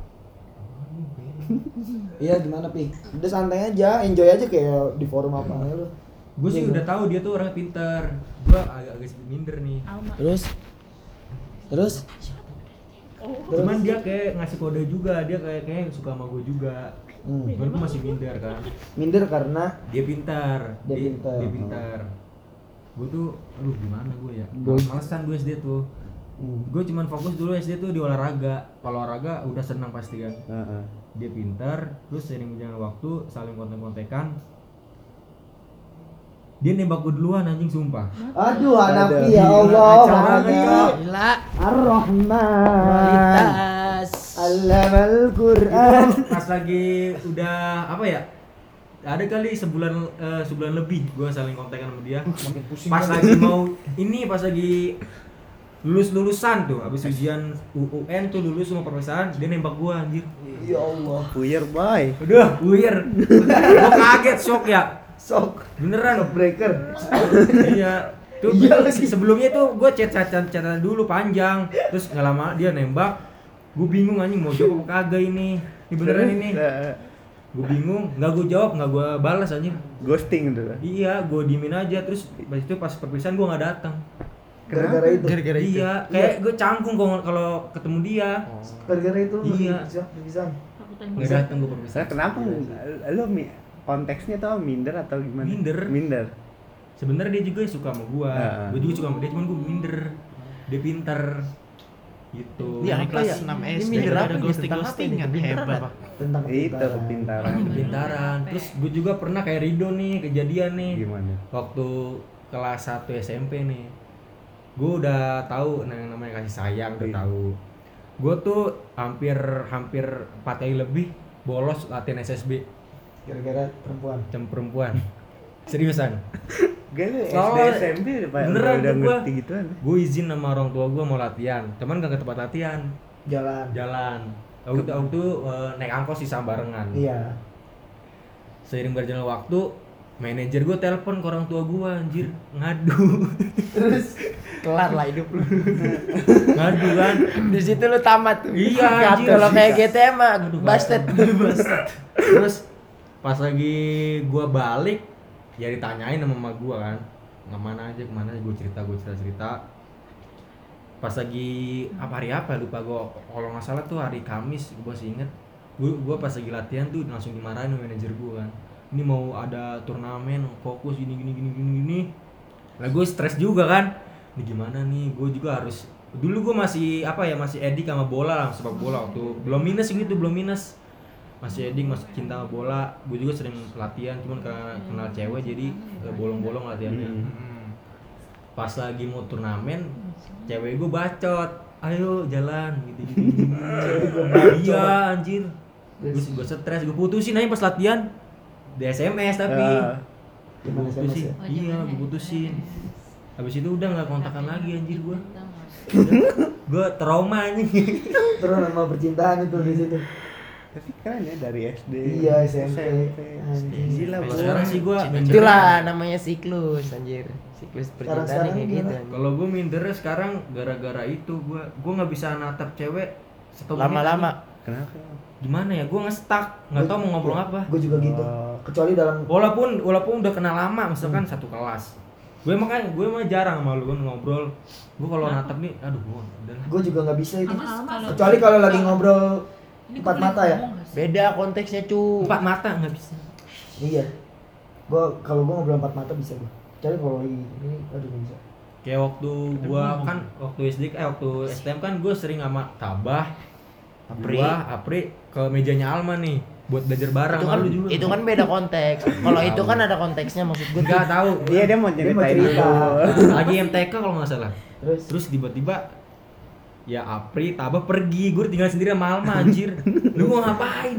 Iya gimana Pi? Udah santai aja, enjoy aja kayak di forum apa lu. Gue sih Iya, udah tahu dia tuh orangnya pintar. Gue agak sedikit minder nih. Terus? Cuman dia kayak ngasih kode juga, dia kayak suka sama gue juga. Cuman gue masih minder kan. Minder karena Dia pintar. Dia pintar. Dia pintar. Gue tuh, aduh gimana gue ya? Boy. Malesan gue SD tuh. Gue cuman fokus dulu SD tuh di olahraga. Kalau olahraga udah senang pasti kan. Dia pintar, terus sering berjalan waktu, saling kontek-kontekan. Dia nembak gue duluan anjing sumpah. aduh anak Aduh. ya Allah, Kacau banget, Kak. Gila. Ar-Rahman. Kualitas. Allamal Quran. Pas lagi udah apa ya? Ada kali sebulan lebih gue saling kontekan sama dia. Pas lagi mau ini pas lagi lulusan tuh, abis ujian UN tuh lulus semua perpisahan, dia nembak gue anjir. Ya Allah. Puyer boy. Udah, weird. Gue kaget, shock ya. Sok Beneran. breaker. Iya. Tuh sebelumnya tuh gue chat dulu panjang, terus nggak lama dia nembak. Gue bingung anjing mau jawab apa kagak ini. Ini beneran ini. Gue bingung, nggak gue jawab, nggak gue balas anjing. Ghosting tuh. Iya, gue diemin aja terus pas perpisahan gue nggak datang. Gara-gara itu. Iya, kayak gue canggung kalau ketemu dia. Gara-gara itu lu Iya. bisa. Nggak datang gue Saya perpisahan. kenapa lu konteksnya tuh minder atau gimana? Minder. Sebenarnya dia juga suka sama gue. Heeh. Gue juga suka sama dia, cuman gue minder. Dia pintar. gitu. Ini Dari apa kelas ya? 6 Ini SD minder udah apa ada ini? ghosting-ghostingan, Tentang apa ini? hebat. Tentang Itu kepintaran. kepintaran. Pintaran. Terus gue juga pernah kayak Rido nih kejadian nih. Gimana? Waktu kelas 1 SMP nih. Gue udah tahu yang namanya kasih sayang, udah Iya. tahu. Gue tuh hampir 4 kali lebih bolos latihan SSB Gara-gara perempuan. jam perempuan. Seriusan. Gak lu SD Soalnya SMP beneran udah tuh gua. ngerti gituan. Gue izin sama orang tua gue mau latihan, cuman gak ke tempat latihan, Jalan. waktu itu naik angkos sih sama barengan. Iya. Seiring berjalan waktu, manajer gue telepon ke orang tua gue, anjir, ngadu. Terus kelar lah hidup lu. Ngadu kan. Di situ lu tamat tuh. Iya, anjir. Kalau kayak GTA mah Aduh, busted. Terus pas lagi gue balik, ya ditanyain sama mama gue kan, kemana aja, gue cerita. Pas lagi hari apa lupa gue, kalau nggak salah tuh hari Kamis, gue masih inget. Gue pas lagi latihan tuh langsung dimarahin sama manajer gue kan, ini mau ada turnamen, fokus gini. Lah gue stres juga kan, ini gimana nih, gue juga harus. Dulu gue masih masih edik sama bola lah, sepak bola waktu belum minus, masih edik, masih cinta sama bola. Gue juga sering latihan, cuman karena kenal cewek jadi bolong-bolong latihannya. Pas lagi mau turnamen, cewek gue bacot, ayo jalan gitu. Iya anjir, gue stres, gue putusin aja pas latihan di SMS tapi Gimana SMS putusin. ya? Iya, gue putusin. Habis itu udah nggak kontakan lagi anjir gue. Gue trauma anjing. Terus nama percintaan itu di situ. Tapi keren ya dari SD. Iya, SMP. Gila, Kalau Bro. sekarang sih gue Itulah namanya siklus anjir. Siklus percintaan Sekarang kayak gitu. gimana? Kalau gue mindernya sekarang gara-gara itu gue nggak bisa natap cewek setahun Lama-lama. Kenapa? gimana ya, gue nge-stuck nggak tahu mau ngobrol apa. Gue juga gitu. Oh. Kecuali dalam Walaupun udah kenal lama, misalkan satu kelas, gue mah jarang sama lu kan ngobrol. Gue kalau natap nih, aduh gue udah lah. gue juga nggak bisa itu. Kalau- Kecuali kalau lagi ngobrol Ini empat boleh mata ya. ngomong nggak sih? Beda konteksnya cu. Empat mata nggak bisa. Iya. Kalau gue ngobrol empat mata bisa gue. Kecuali kalau lagi ini aduh nggak bisa. Kayak waktu gua kan waktu waktu STM kan gue sering sama Tabah, Apri ke mejanya Alma nih buat belajar bareng. Itu kan, Sama lu juga. itu kan beda konteks. Kalau itu kan ada konteksnya, maksud gue nggak tahu. Dia mau Dia mau ceritain cerita. dulu. Lagi MTK kalau nggak salah. Terus Terus tiba-tiba ya Apri, Tabah pergi, gue tinggal sendiri sama Alma anjir. Lu mau ngapain?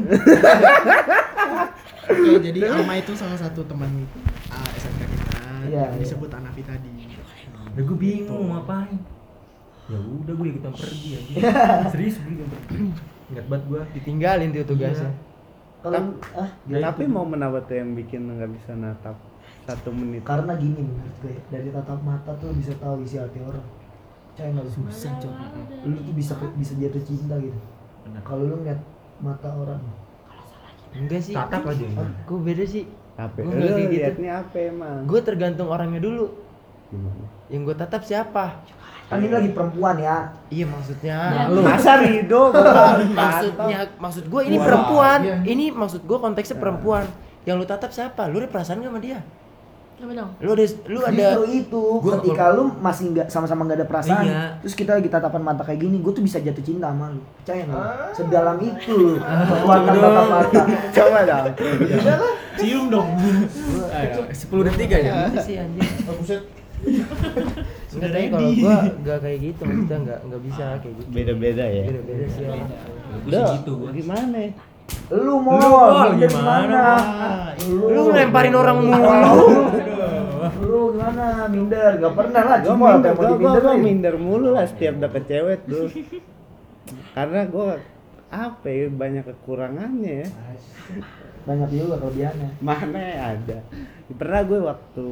Oke, jadi Alma itu salah satu teman SMK kita Iya, yang iya. disebut Anafi tadi. Udah gue bingung mau ngapain. Ya udah gue ikutan pergi aja. Serius gue ikutan pergi. Ingat banget gue. ditinggalin tuh tugasnya. kalau Tapi momen apa tuh yang bikin nggak bisa natap 1 menit? karena gini menurut gue dari tatap mata tuh bisa tahu isi hati orang. Percaya nggak lu? Susah coy. Lu tuh bisa jatuh cinta gitu. Benar. Kalau lu ngeliat mata orang, Enggak sih. Tatap aja. Gue beda sih. Apa? Gua Lu nggak kayak gitu. liatnya apa emang? Gue tergantung orangnya dulu. Gimana? Yang gue tatap siapa? kan ini lagi perempuan ya. Iya maksudnya. Masa Rido Maksud gue ini Wah, perempuan. iya. Ini maksud gue konteksnya perempuan. Yang lu tatap siapa? Lu ada perasaan gak sama dia? Apa dong? Lu ada Justru itu ketika lu masih nggak sama-sama nggak ada perasaan, Iya. terus kita lagi tatapan mata kayak gini, gue tuh bisa jatuh cinta sama lu. Percaya nggak? Sedalam itu kekuatan tatap mata. Coba dong. Cium dong. 10 detik aja. gitu sih anjing. Buset. Enggak, tapi kalau gua enggak kayak gitu, maksudnya enggak bisa kayak gitu. Beda-beda ya. Beda-beda sih. orang. Gue sih gitu gue. Gimana? Lu mau Mol, minder gimana? Lu lemparin orang mulu. Lu gimana minder? Gak pernah lah, cuma apa yang mau Gue diminderin. minder mulu lah setiap dapet cewek tuh. Karena gue apa ya, banyak kekurangannya ya. Banyak juga kelebihannya. Mana ada. Pernah gue waktu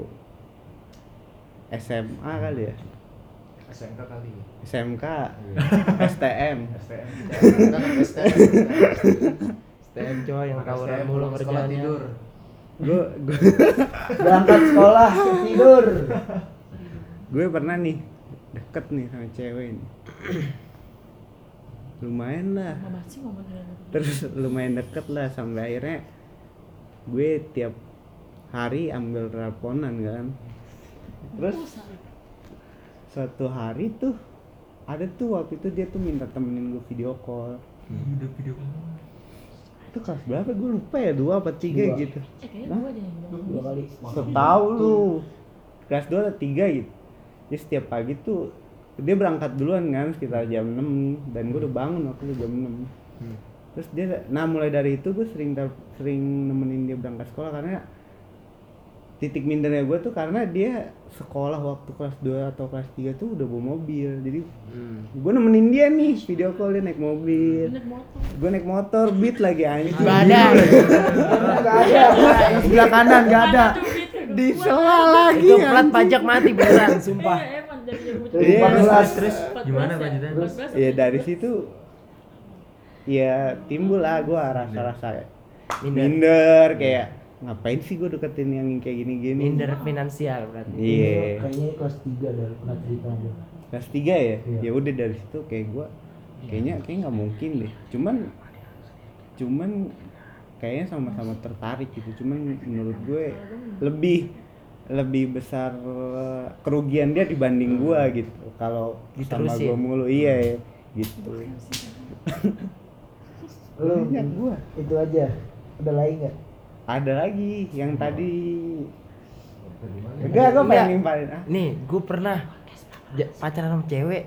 SMA kali ya. SMK kali. SMK, STM. STM coy yang tawuran mulu kerjaannya. tidur. Gue Berangkat sekolah tidur. gue pernah nih deket nih sama cewek nih. Lumayan lah. Mama sih ngomong dengan Terus lumayan deket lah sampai akhirnya gue tiap hari ambil teleponan kan. Terus suatu hari tuh ada tuh waktu itu dia tuh minta temenin gue video call. Udah video call. Itu kelas berapa gue lupa ya, 2 apa 3 2. gitu. Kayaknya gue aja yang bilang. 2 kali. Setahu lu. Kelas 2 atau 3 gitu. Jadi setiap pagi tuh dia berangkat duluan kan sekitar jam 6 dan gue udah bangun waktu itu jam 6. Terus dia, nah mulai dari itu gue sering nemenin dia berangkat sekolah karena titik mindernya gue tuh karena dia sekolah waktu kelas 2 atau kelas 3 tuh udah bawa mobil. Jadi gue nemenin dia nih video call, dia naik mobil. Naik motor. Gue naik motor, beat lagi anjing. Gak ada. Enggak ada. Sebelah kanan gak ada. Di sela lagi. Itu plat pajak mati beneran, sumpah. Iya, emang dari jam Iya, Terus gimana lanjutannya? Ya dari situ ya timbul lah gue rasa-rasa minder kayak ngapain sih gue deketin yang kayak gini-gini. Minder finansial berarti. Iya. Kayaknya kelas 3 dari pernah cerita dia. Kelas 3 ya? Iya. Ya udah dari situ kayak gue kayaknya nggak mungkin deh. Cuman kayaknya sama-sama tertarik gitu. Cuman menurut gue lebih besar kerugian dia dibanding gue gitu. Kalau sama Diterusin. gue mulu iya ya, gitu. Lu Banyak gua. itu aja. Udah lain enggak? Ada lagi yang tadi enggak gue pengen nimpalin Nih, gue pernah pacaran sama cewek.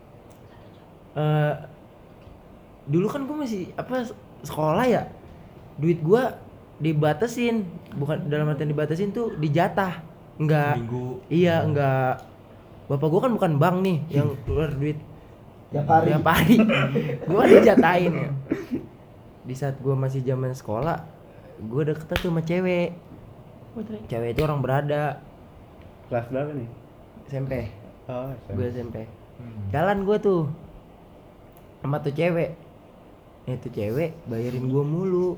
Dulu kan gue masih sekolah ya. Duit gue dibatasin, bukan dalam artian dibatasin tuh dijatah. Enggak. Minggu. Iya, enggak. Bapak gue kan bukan bank nih yang keluar duit Tiap hari. tiap hari. Gue dijatahin ya. Di saat gue masih zaman sekolah, gue deket tuh sama cewek. Cewek itu orang berada. kelas berapa nih? SMP. Oh, Gue SMP. Jalan gue tuh sama tuh cewek. Itu cewek bayarin gue mulu.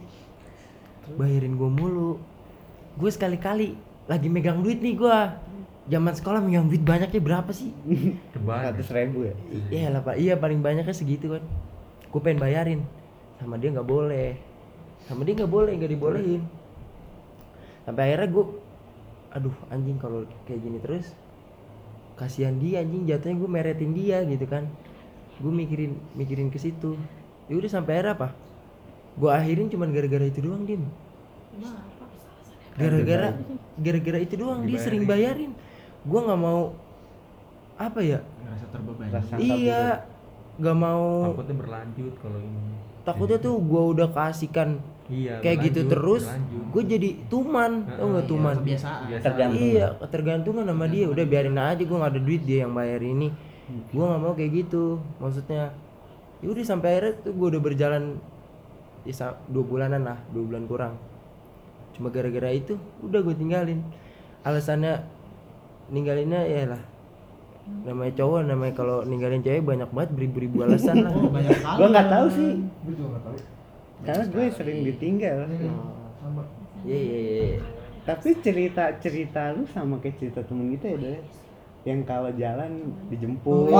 Gue sekali-kali lagi megang duit nih gue. Zaman sekolah megang duit banyaknya berapa sih? 100.000 ya? Iya lah Pak. Iya paling banyaknya segitu kan. Gue pengen bayarin. Sama dia nggak boleh. Nggak dibolehin. Sampai akhirnya gue, aduh anjing kalau kayak gini terus, kasihan dia anjing, jatuhnya gue meretin dia gitu kan. Gue mikirin ke situ. Ya udah sampai akhirnya apa? Gue akhirin cuman gara-gara itu doang Dim. Gara-gara itu doang dia sering bayarin. Gue nggak mau apa ya? ngerasa terbebani. Iya, nggak mau. Takutnya berlanjut kalau ini. Takutnya tuh gue udah kasihkan Iya. kayak gitu terus, berlanjut. gue jadi tuman, tau nggak tuman? Kebiasaan. Tergantung. Iya, ketergantungan sama dia. Udah biarin aja, gue nggak ada duit, dia yang bayar ini. Gue nggak mau kayak gitu, maksudnya. Ya udah sampai akhirnya tuh gue udah berjalan 2 bulanan lah, 2 bulan kurang. Cuma gara-gara itu, udah gue tinggalin. Alasannya ninggalinnya ya lah. Namanya cowok, namanya kalau ninggalin cewek banyak banget beribu-ribu alasan lah. Banyak sekali. Gue nggak tahu sih, Gue juga enggak tahu. karena gue sering ditinggal. Iya. Tapi cerita lu sama kayak cerita temen kita ya, Doi? Yang kalau jalan dijemput.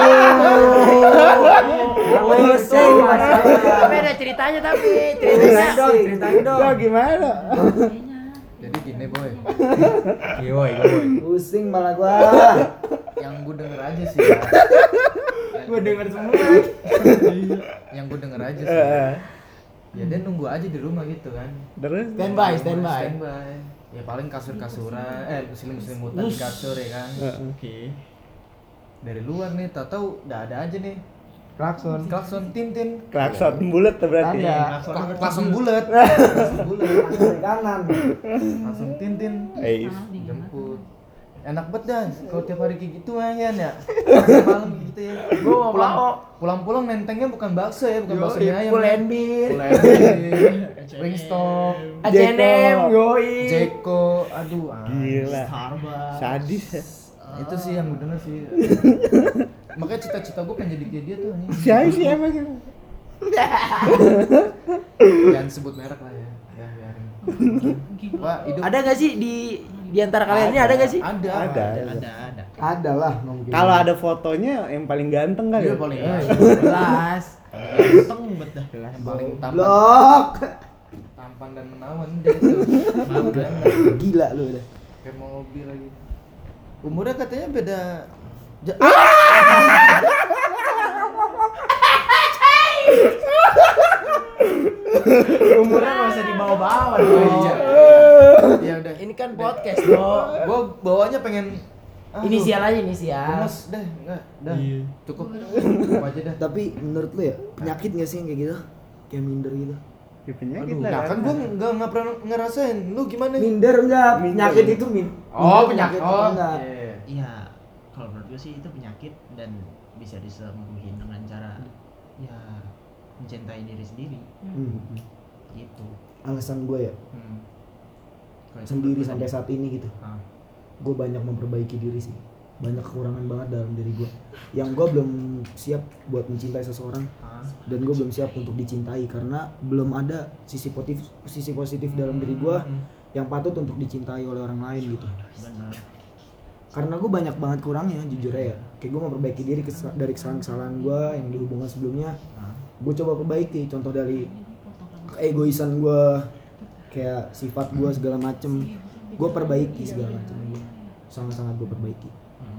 Pusing mas. Beda ceritanya tapi Ceritain dong. Lo gimana? Jadi gini boy, Iya, woi. Pusing malah gua. yang gue denger aja sih ya. Gue denger semua. Yang gue denger aja sih. Ya dia nunggu aja di rumah gitu kan. Terus? Standby. Standby. Ya paling kasur-kasuran, selimut-selimutan di kasur ya kan. Oke. Dari luar nih, tahu udah ada aja nih. Klakson Tintin. Klakson bulat tuh berarti. Tanda. Klakson bulat. Klakson bulat. Dari kanan. Langsung Tintin jemput. Enak banget dah kalau tiap hari kayak gitu aja ya. Malam gitu ya. Gua mau. Pulang-pulang nentengnya bukan bakso ya, bukan bakso mie ayam. Full and beer. Wingstop, H&M, yoi. Jeko, aduh. Gila. Starbucks. Sadis ya. Itu sih yang gue denger sih. Makanya cita-cita gue pengen jadi kayak dia tuh nih. Siapa sih emang gitu? Jangan sebut merek lah ya. Ya biarin. Pak, hidup Ada gak sih di antara kalian ini ada gak sih? ada. Ada. Ada lah mungkin. Kalau ada fotonya yang paling ganteng kali. Iya ya? paling Jelas. Ganteng banget dah. yang paling Blok. tampan dan menawan dia tuh. Gila lu udah. Kayak mobil lagi. Umurnya katanya beda. Umurnya nggak usah dibawa-bawa. Ya udah. Ini kan podcast bro. Gua bawanya pengen Inisial aja inisial. Gemes dah, enggak, dah. Iya. Cukup. Cukup aja dah. Tapi menurut lu ya penyakit gak sih yang kayak gitu? Kayak minder gitu. Ya penyakit Aduh, lah. Nah, kan gua enggak pernah ngerasain. Lu gimana? Minder enggak? Penyakit itu Oh, penyakit. apa Oh, enggak? iya. Iya, kalau menurut gue sih itu penyakit dan bisa disembuhin dengan cara ya mencintai diri sendiri gitu. Alasan gue ya Kalau itu sendiri menurut gue sampai tadi. saat ini gitu. Ah. Gue banyak memperbaiki diri sih. Banyak kekurangan banget dalam diri gue. Yang gue belum siap buat mencintai seseorang. Dan gue belum siap untuk dicintai karena belum ada sisi positif dalam diri gue yang patut untuk dicintai oleh orang lain gitu. Benar. Karena gue banyak banget kurangnya jujur ya. Kayak gue memperbaiki diri dari kesalahan-kesalahan gue yang di hubungan sebelumnya. Gue coba perbaiki. Contoh dari keegoisan gue, kayak sifat gue segala macem, gue perbaiki segala macem. Sangat-sangat gue perbaiki.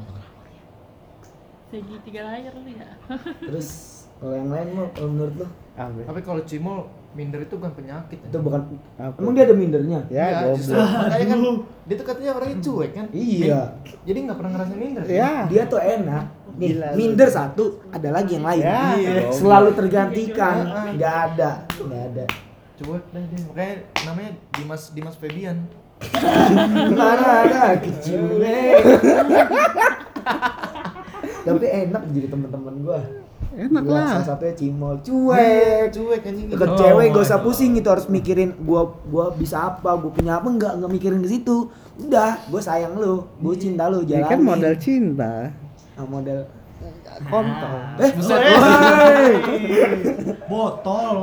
Segitiga layar lu ya. Terus kalau yang lain mau kalau menurut lo Tapi kalau Cimol minder itu bukan penyakit. itu bukan Apa? emang dia ada mindernya? Ya, Iya, justru goblok. makanya kan dia tuh katanya orangnya cuek kan. Iya. Jadi nggak pernah ngerasain minder. Ya. Dia tuh enak. Nih, Gila lu. minder satu, ada lagi yang lain. Ya, Iya. goblok. Selalu tergantikan. Nggak ada. Cuek dah dia. Makanya namanya Dimas Febian. Mana ada kecil. Tapi enak jadi teman-teman gua. Enak Gua lah. salah satunya Cimol, cuek. Cuek anjing. Deket Oh, cewek gak usah my pusing gitu, harus mikirin gua bisa apa, gua punya apa, enggak mikirin ke situ. Udah, gua sayang lu, gua cinta lu, Ya jalanin. kan modal cinta. Model Kontol. buset. Woi. Botol.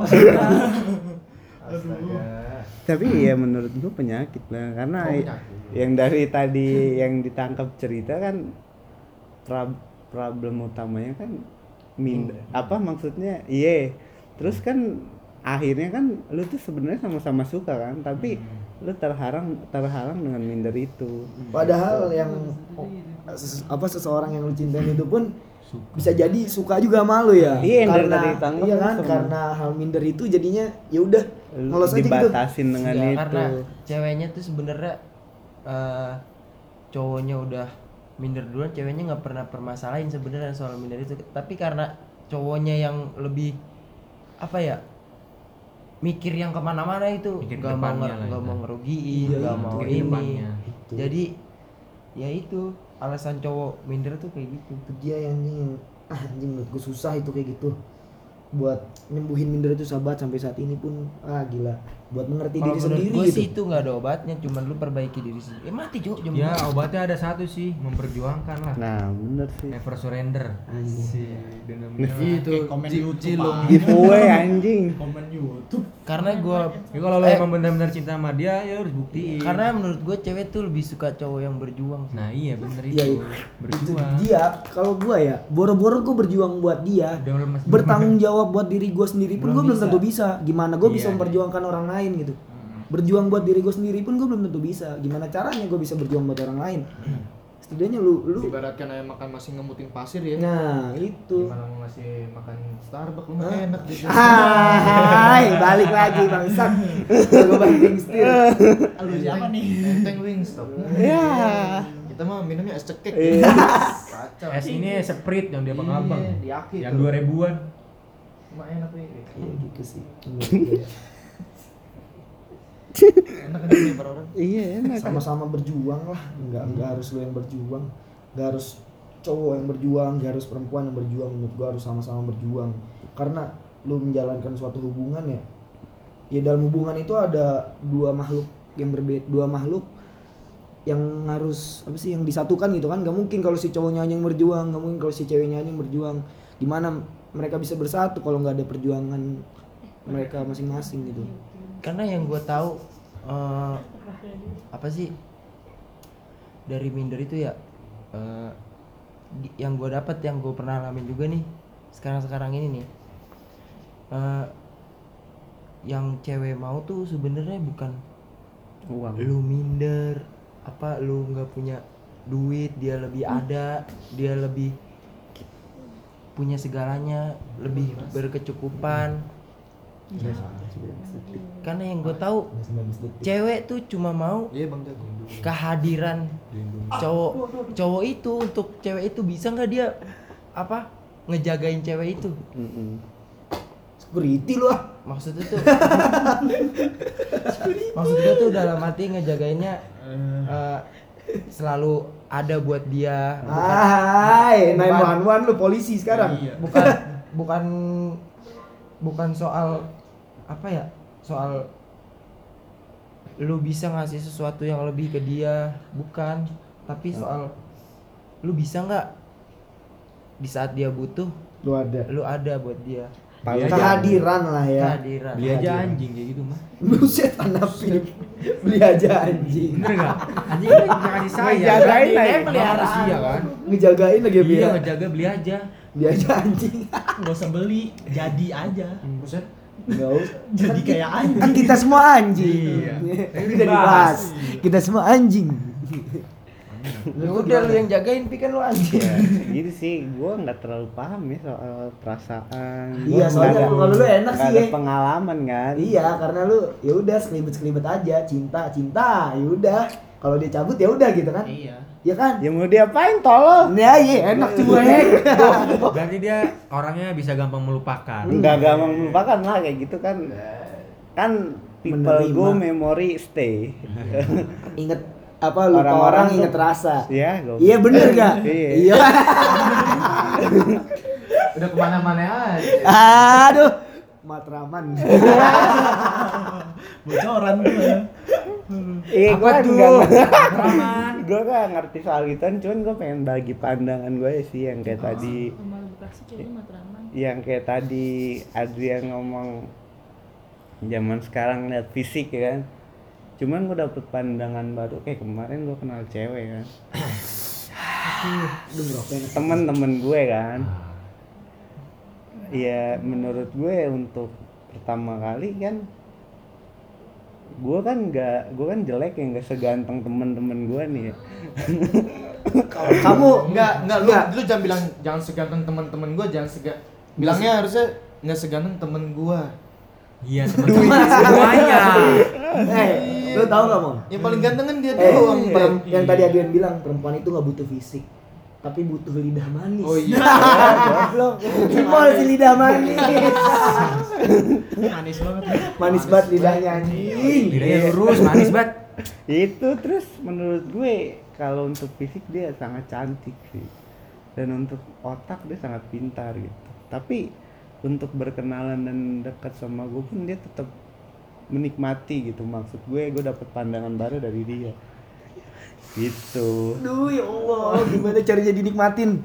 Tapi ya menurut gua penyakit lah karena Oh, penyakit. yang dari tadi yang ditangkap cerita kan problem utamanya kan apa maksudnya terus kan akhirnya kan lu tuh sebenarnya sama-sama suka kan tapi lu terhalang dengan minder itu. Padahal yang seseorang yang lu cintain itu pun bisa jadi suka juga sama lu ya. Iya, yang dari karena tadi ditangkap iya kan sama. karena hal minder itu jadinya ya udah Lu ngelos aja gitu. dibatasin dengan Ya, itu. karena ceweknya tuh sebenarnya cowoknya udah minder duluan, ceweknya nggak pernah permasalahin sebenarnya soal minder itu, tapi karena cowoknya yang lebih apa ya, mikir yang kemana-mana itu, Mikir nggak mau kedepannya lah nggak itu. mau ngerugiin, Iya, nggak itu mau kedepannya. ini, jadi ya itu alasan cowok minder tuh kayak gitu. Itu dia yang anjing menurut gue susah itu kayak gitu. Buat nyembuhin minder itu sahabat sampai saat ini pun gila. Buat mengerti Kalau diri menurut sendiri gue gitu. sih itu nggak ada obatnya, cuman lu perbaiki diri sendiri. Mati Cuk, jam Ya obatnya ada satu sih, memperjuangkan lah. Nah, bener sih. Never surrender. Dengan Itu komen Ji- YouTube, Jilong. Pak. Giveaway anjing. Komen YouTube. karena gue Ya kalau lo emang benar-benar cinta sama dia ya harus buktiin. karena menurut gue cewek tuh lebih suka cowok yang berjuang. Nah iya bener Iya, itu. itu Berjuang. dia kalau gua ya boro-boro gua berjuang buat dia, bertanggung jawab buat diri gua sendiri pun Belum gua belum bisa. tentu bisa. Gimana gua bisa Iya. memperjuangkan orang lain gitu. Berjuang buat diri gua sendiri pun gua belum tentu bisa. Gimana caranya gua bisa berjuang buat orang lain? Setidaknya lu Ibaratkan ayam makan masih ngemutin pasir ya. nah itu. Gimana mau ngasih makan Starbucks lu mah enak gitu. Hai, balik lagi bangsat. Gua banting setir. Lu siapa nih? Enteng Wingstop. Ya. Kita mah minumnya es cekek. Iya. Kacau. Es ini Sprite yang dia abang. Iya, di aki Yang tuh. 2000-an. Mah enak nih. Iya gitu sih. Menurut gua ya. Enak kan nih para orang. Iya, enak. Sama-sama berjuang lah, nggak harus lu yang berjuang, nggak harus cowok yang berjuang, nggak harus perempuan yang berjuang. Menurut gua harus sama-sama berjuang karena lu menjalankan suatu hubungan ya dalam hubungan itu ada dua makhluk yang berbeda, dua makhluk yang harus apa sih yang disatukan gitu kan. Nggak mungkin kalau si cowoknya aja yang berjuang, nggak mungkin kalau si ceweknya aja yang berjuang. Gimana mereka bisa bersatu kalau nggak ada perjuangan mereka masing-masing gitu. Karena yang gue tahu apa sih dari minder itu ya, yang gue dapat, yang gue pernah alamin juga nih sekarang ini nih, yang cewek mau tuh sebenarnya bukan Uang. lu minder apa lu nggak punya duit, dia lebih ada, dia lebih punya segalanya, lebih berkecukupan. Karena yang gue tahu 19 detik. cewek tuh cuma mau Iya Bang Jago. kehadiran cowok itu. Untuk cewek itu bisa nggak dia apa ngejagain cewek itu? Security lu ah. Maksudnya tuh maksudnya tuh dalam arti ngejagainnya selalu ada buat dia. Hai, 911 lu polisi sekarang. Bukan soal apa ya, soal lu bisa ngasih sesuatu yang lebih ke dia, bukan, tapi soal lu bisa nggak di saat dia butuh Lu ada. lu ada buat dia. Kehadiran lah ya. Kehadiran. Beli aja anjing kayak gitu mah. Buset anak Philip. Beli aja anjing. Bener enggak? Anjing kan bisa kasih sayang. Ngejagain lah ya, manusia kan. Ngejagain lagi Iya, biar. ngejaga beli aja. Beli aja anjing. Gak usah beli, jadi aja. Buset. Enggak usah. Jadi kayak anjing. Kan kita semua anjing. Kita dibahas. Kita semua anjing. Ya udah lu yang jagain, kan lu anjing. Ya, gitu sih, gue nggak terlalu paham ya soal perasaan. Iya, soalnya kalau lu enak nggak sih ada ya. pengalaman kan. Iya, karena lu ya udah sekelibet aja, cinta, ya udah. Kalau dia cabut ya udah gitu kan? Iya. Ya kan? Ya mau diapain tolong? Ya iya, enak cuek. Berarti dia orangnya bisa gampang melupakan. Nggak gampang melupakan lah kayak gitu kan. Kan people Menerima. go, memory stay. Ingat apa lupa Orang-orang orang tuh- inget rasa. Ya, gua- Iya bener gak? Iya. Iya. Udah kemana-mana aja. Aduh, Matraman. Bocoran gue. Gue tuh? gue gak ngerti soal gituan, cuman gue pengen bagi pandangan gue sih yang kayak tadi, Rumah Bekasi kayaknya Matraman. yang kayak tadi Adrian ngomong zaman sekarang lihat fisik ya kan. Cuman gue dapet pandangan baru, kayak kemarin gue kenal cewek kan, temen-temen gue kan. Ya menurut gue untuk pertama kali kan, gue kan jelek ya, nggak seganteng temen-temen gue nih ya. Kamu Enggak, lu jangan bilang jangan seganteng teman-teman gua, bilangnya harusnya enggak seganteng temen gua. Iya, teman-teman semuanya. lu tahu gak Mon? Yang paling ganteng kan dia doang. Yang tadi Adrian bilang perempuan itu gak butuh fisik, tapi butuh lidah manis. Oh iya. Gimana sih lidah manis? Manis banget. Manis banget lidahnya anjing. Lidahnya lurus, manis banget. Itu terus menurut gue kalau untuk fisik dia sangat cantik sih, dan untuk otak dia sangat pintar gitu. Tapi untuk berkenalan dan dekat sama gue pun dia tetap menikmati gitu. Maksud gue dapet pandangan baru dari dia gitu. Duh ya Allah, gimana caranya dinikmatin?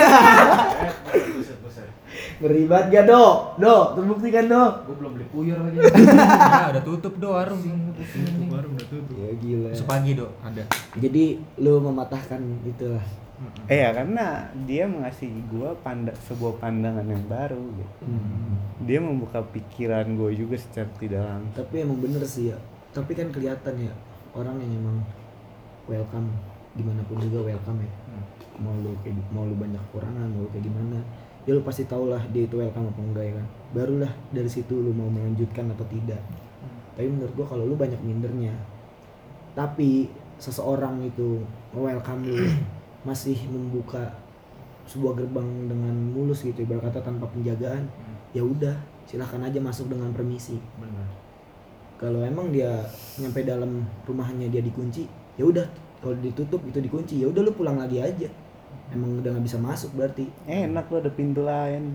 Ngeri banget gak Do, terbukti kan Do? Gua belum beli puyur lagi. Ya, udah tutup do warung. Baru udah tutup. Ya gila. Besok pagi do ada. Jadi lu mematahkan itulah. Ya karena dia mengasih gue sebuah pandangan yang baru gitu. Dia membuka pikiran gue juga secara tidak langsung. Tapi emang bener sih ya. Tapi kan kelihatan ya orang yang emang welcome dimanapun juga welcome ya. Mau lu banyak kekurangan, mau lu kayak gimana, ya lu pasti tau lah dia itu welcome apa enggak ya kan. Barulah dari situ lu mau melanjutkan atau tidak. Tapi menurut gua kalau lu banyak mindernya, tapi seseorang itu welcome lu, masih membuka sebuah gerbang dengan mulus gitu, ibarat kata tanpa penjagaan, ya udah silahkan aja masuk dengan permisi. Benar. Kalau emang dia nyampe dalam rumahnya dia dikunci, ya udah, kalau ditutup itu dikunci, ya udah lu pulang lagi aja. Emang udah nggak bisa masuk berarti. Enak lo ada pintu lain.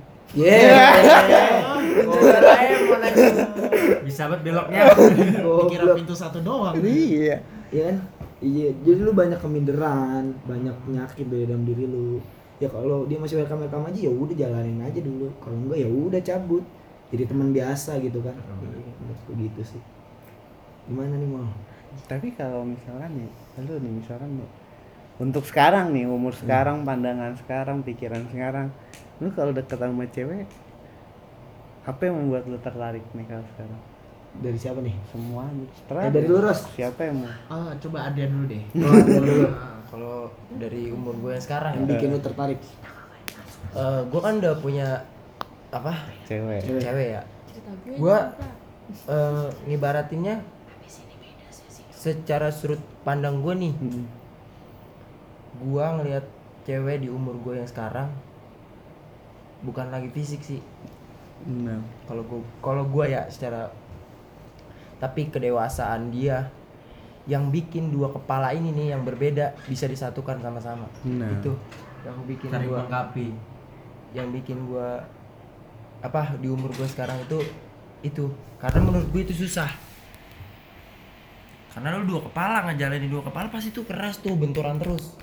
Bisa banget beloknya. Dikira pintu satu doang. Iya. Iya kan? Iya, jadi lu banyak keminderan, banyak penyakit dari dalam diri lu. Ya kalau dia masih welcome aja, ya udah jalanin aja dulu. Kalau enggak ya udah cabut. Jadi teman biasa gitu kan. Menurutku gitu sih. Gimana nih mau? Tapi kalau misalkan nih, lu nih misalkan nih, untuk sekarang nih, umur sekarang, pandangan sekarang, pikiran sekarang, lu kalau deket sama cewek, apa yang membuat lu tertarik nih kalau sekarang? Dari siapa nih? Semua Dari lu, Ros. Siapa yang mau? Coba Adrian dulu deh. Kalau dari umur gue yang sekarang Yang ya, bikin lu tertarik. gue kan udah punya apa Cewek. cewek ya. Cerita gue Gua apa? ngibaratinnya secara sudut pandang gue nih, gue ngelihat cewek di umur gue yang sekarang bukan lagi fisik sih. Nah, Kalau gue ya secara, tapi kedewasaan dia yang bikin dua kepala ini nih yang berbeda bisa disatukan sama-sama. Nah. Itu yang bikin Saling gue, melengkapi. yang bikin gue apa di umur gue sekarang itu karena menurut gue itu susah. Karena lu dua kepala ngejalanin dua kepala pasti tuh keras tuh, benturan terus.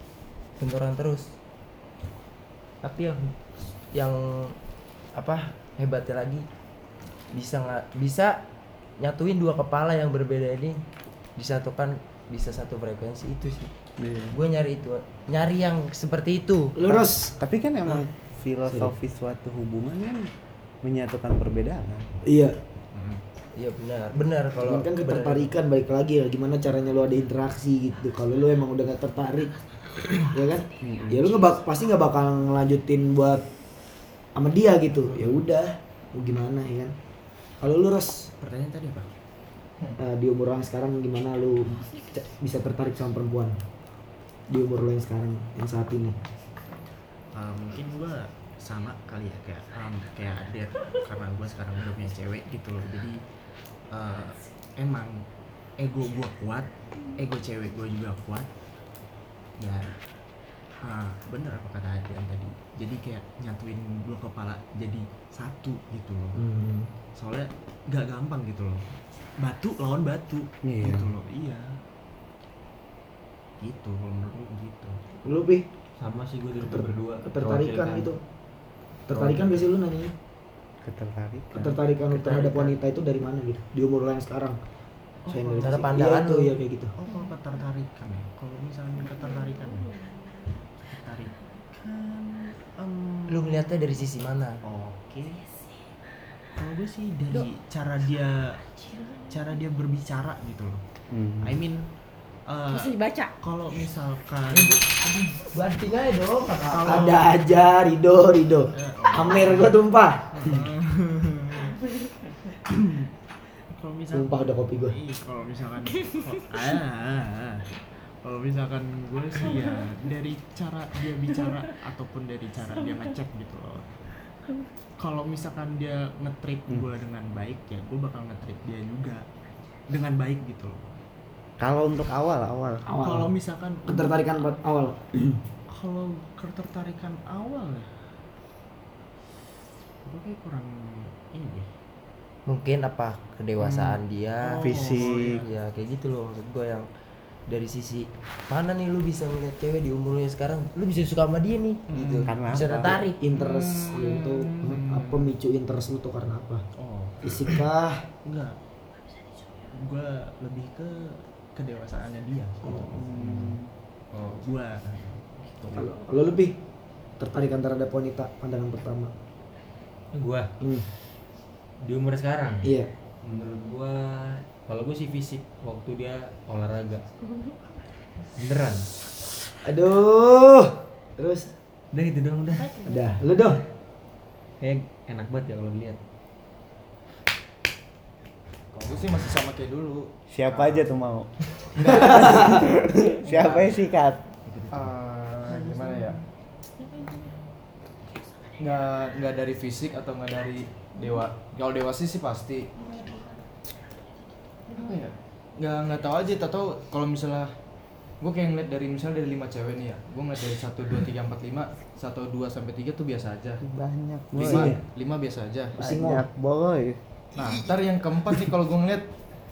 Tapi yang apa hebatnya lagi bisa nyatuin dua kepala yang berbeda ini disatukan, bisa satu frekuensi itu sih. Gue nyari yang seperti itu. Lurus. Tapi kan emang filosofi suatu hubungan kan menyatukan perbedaan. Iya. Iya benar kalau Cuman kan ketertarikan balik lagi ya, gimana caranya lu ada interaksi gitu. Kalau lu emang udah gak tertarik, ya kan? Ya lu pasti nggak bakal ngelanjutin buat sama dia gitu. Ya udah, mau gimana ya kan? Kalau lu Ros, Pertanyaan tadi apa? di umur yang sekarang gimana lu bisa tertarik sama perempuan? Di umur lu yang sekarang, yang saat ini. Mungkin gue sama kali ya kayak Adet, karena gue sekarang udah punya cewek gitu loh. Jadi emang ego gue kuat, ego cewek gue juga kuat. Ya bener apa kata Adrian tadi. Jadi kayak nyatuin dua kepala jadi satu gitu loh. Soalnya gak gampang gitu loh. Batu lawan batu gitu loh. Iya. Gitu kalau menurut gue gitu. Lu Pi, Sama sih gue berdua. ketertarikan gitu. Tertarikan gak sih lu nanya? Ketertarikan lu terhadap wanita itu dari mana gitu? Di umur lu yang sekarang. cara pandangan tuh lu. ya kayak gitu. Oh, kalau ketertarikan ya. Kalau misalnya ketertarikan Lu ngeliatnya dari sisi mana? Oke. Kalau gue sih dari cara dia berbicara gitu loh. I mean Bisa dibaca. kalau misalkan Banting aja dong. Ada aja Rido. Amer gua tumpah. kalau misalkan Tumpah udah kopi gua. kalau misalkan kalau misalkan gue sih ya dari cara dia bicara ataupun dari cara dia ngecek gitu loh. Kalau misalkan dia nge-treat gue dengan baik ya gue bakal nge-treat dia juga dengan baik gitu loh. Kalau untuk awal. Kalau misalkan Ketertarikan awal. kalau ketertarikan awal ya gue kayak kurang ini deh. Mungkin apa kedewasaan dia, Oh, fisik. ya kayak gitu loh maksud gue. Yang dari sisi mana nih lu bisa ngeliat cewek di umur lu yang sekarang, lu bisa suka sama dia nih gitu, Karena bisa apa? tertarik. Interest lu tuh apa, micu interest lu tuh karena apa? Oh Fisik kah? enggak, gue lebih ke kedewasaannya dia. Oh gue Kalau lebih tertarikan terhadap wanita pandangan pertama. Gua di umur sekarang. Iya. Menurut gua kalau gua sih fisik waktu dia olahraga. Beneran. Aduh. Terus Udah gitu dong udah. udah, lu dong. Kayak enak banget ya kalau dilihat. Kalau gue sih masih sama kayak dulu. Siapa aja tuh mau? Siapa yang sikat? Gimana ya? Nggak dari fisik atau nggak dari kalau dewasa sih pasti. Apa ya? Nggak tahu aja. Tahu kalau misalnya gue kayak ngeliat dari misalnya dari 5 cewek nih ya, gue ngeliat dari 1, 2, 3, 4, 5, 1, 2 sampai 3 tuh biasa aja. Banyak 5 biasa aja. Banyak boy. Nah, ntar yang keempat nih kalau gue ngeliat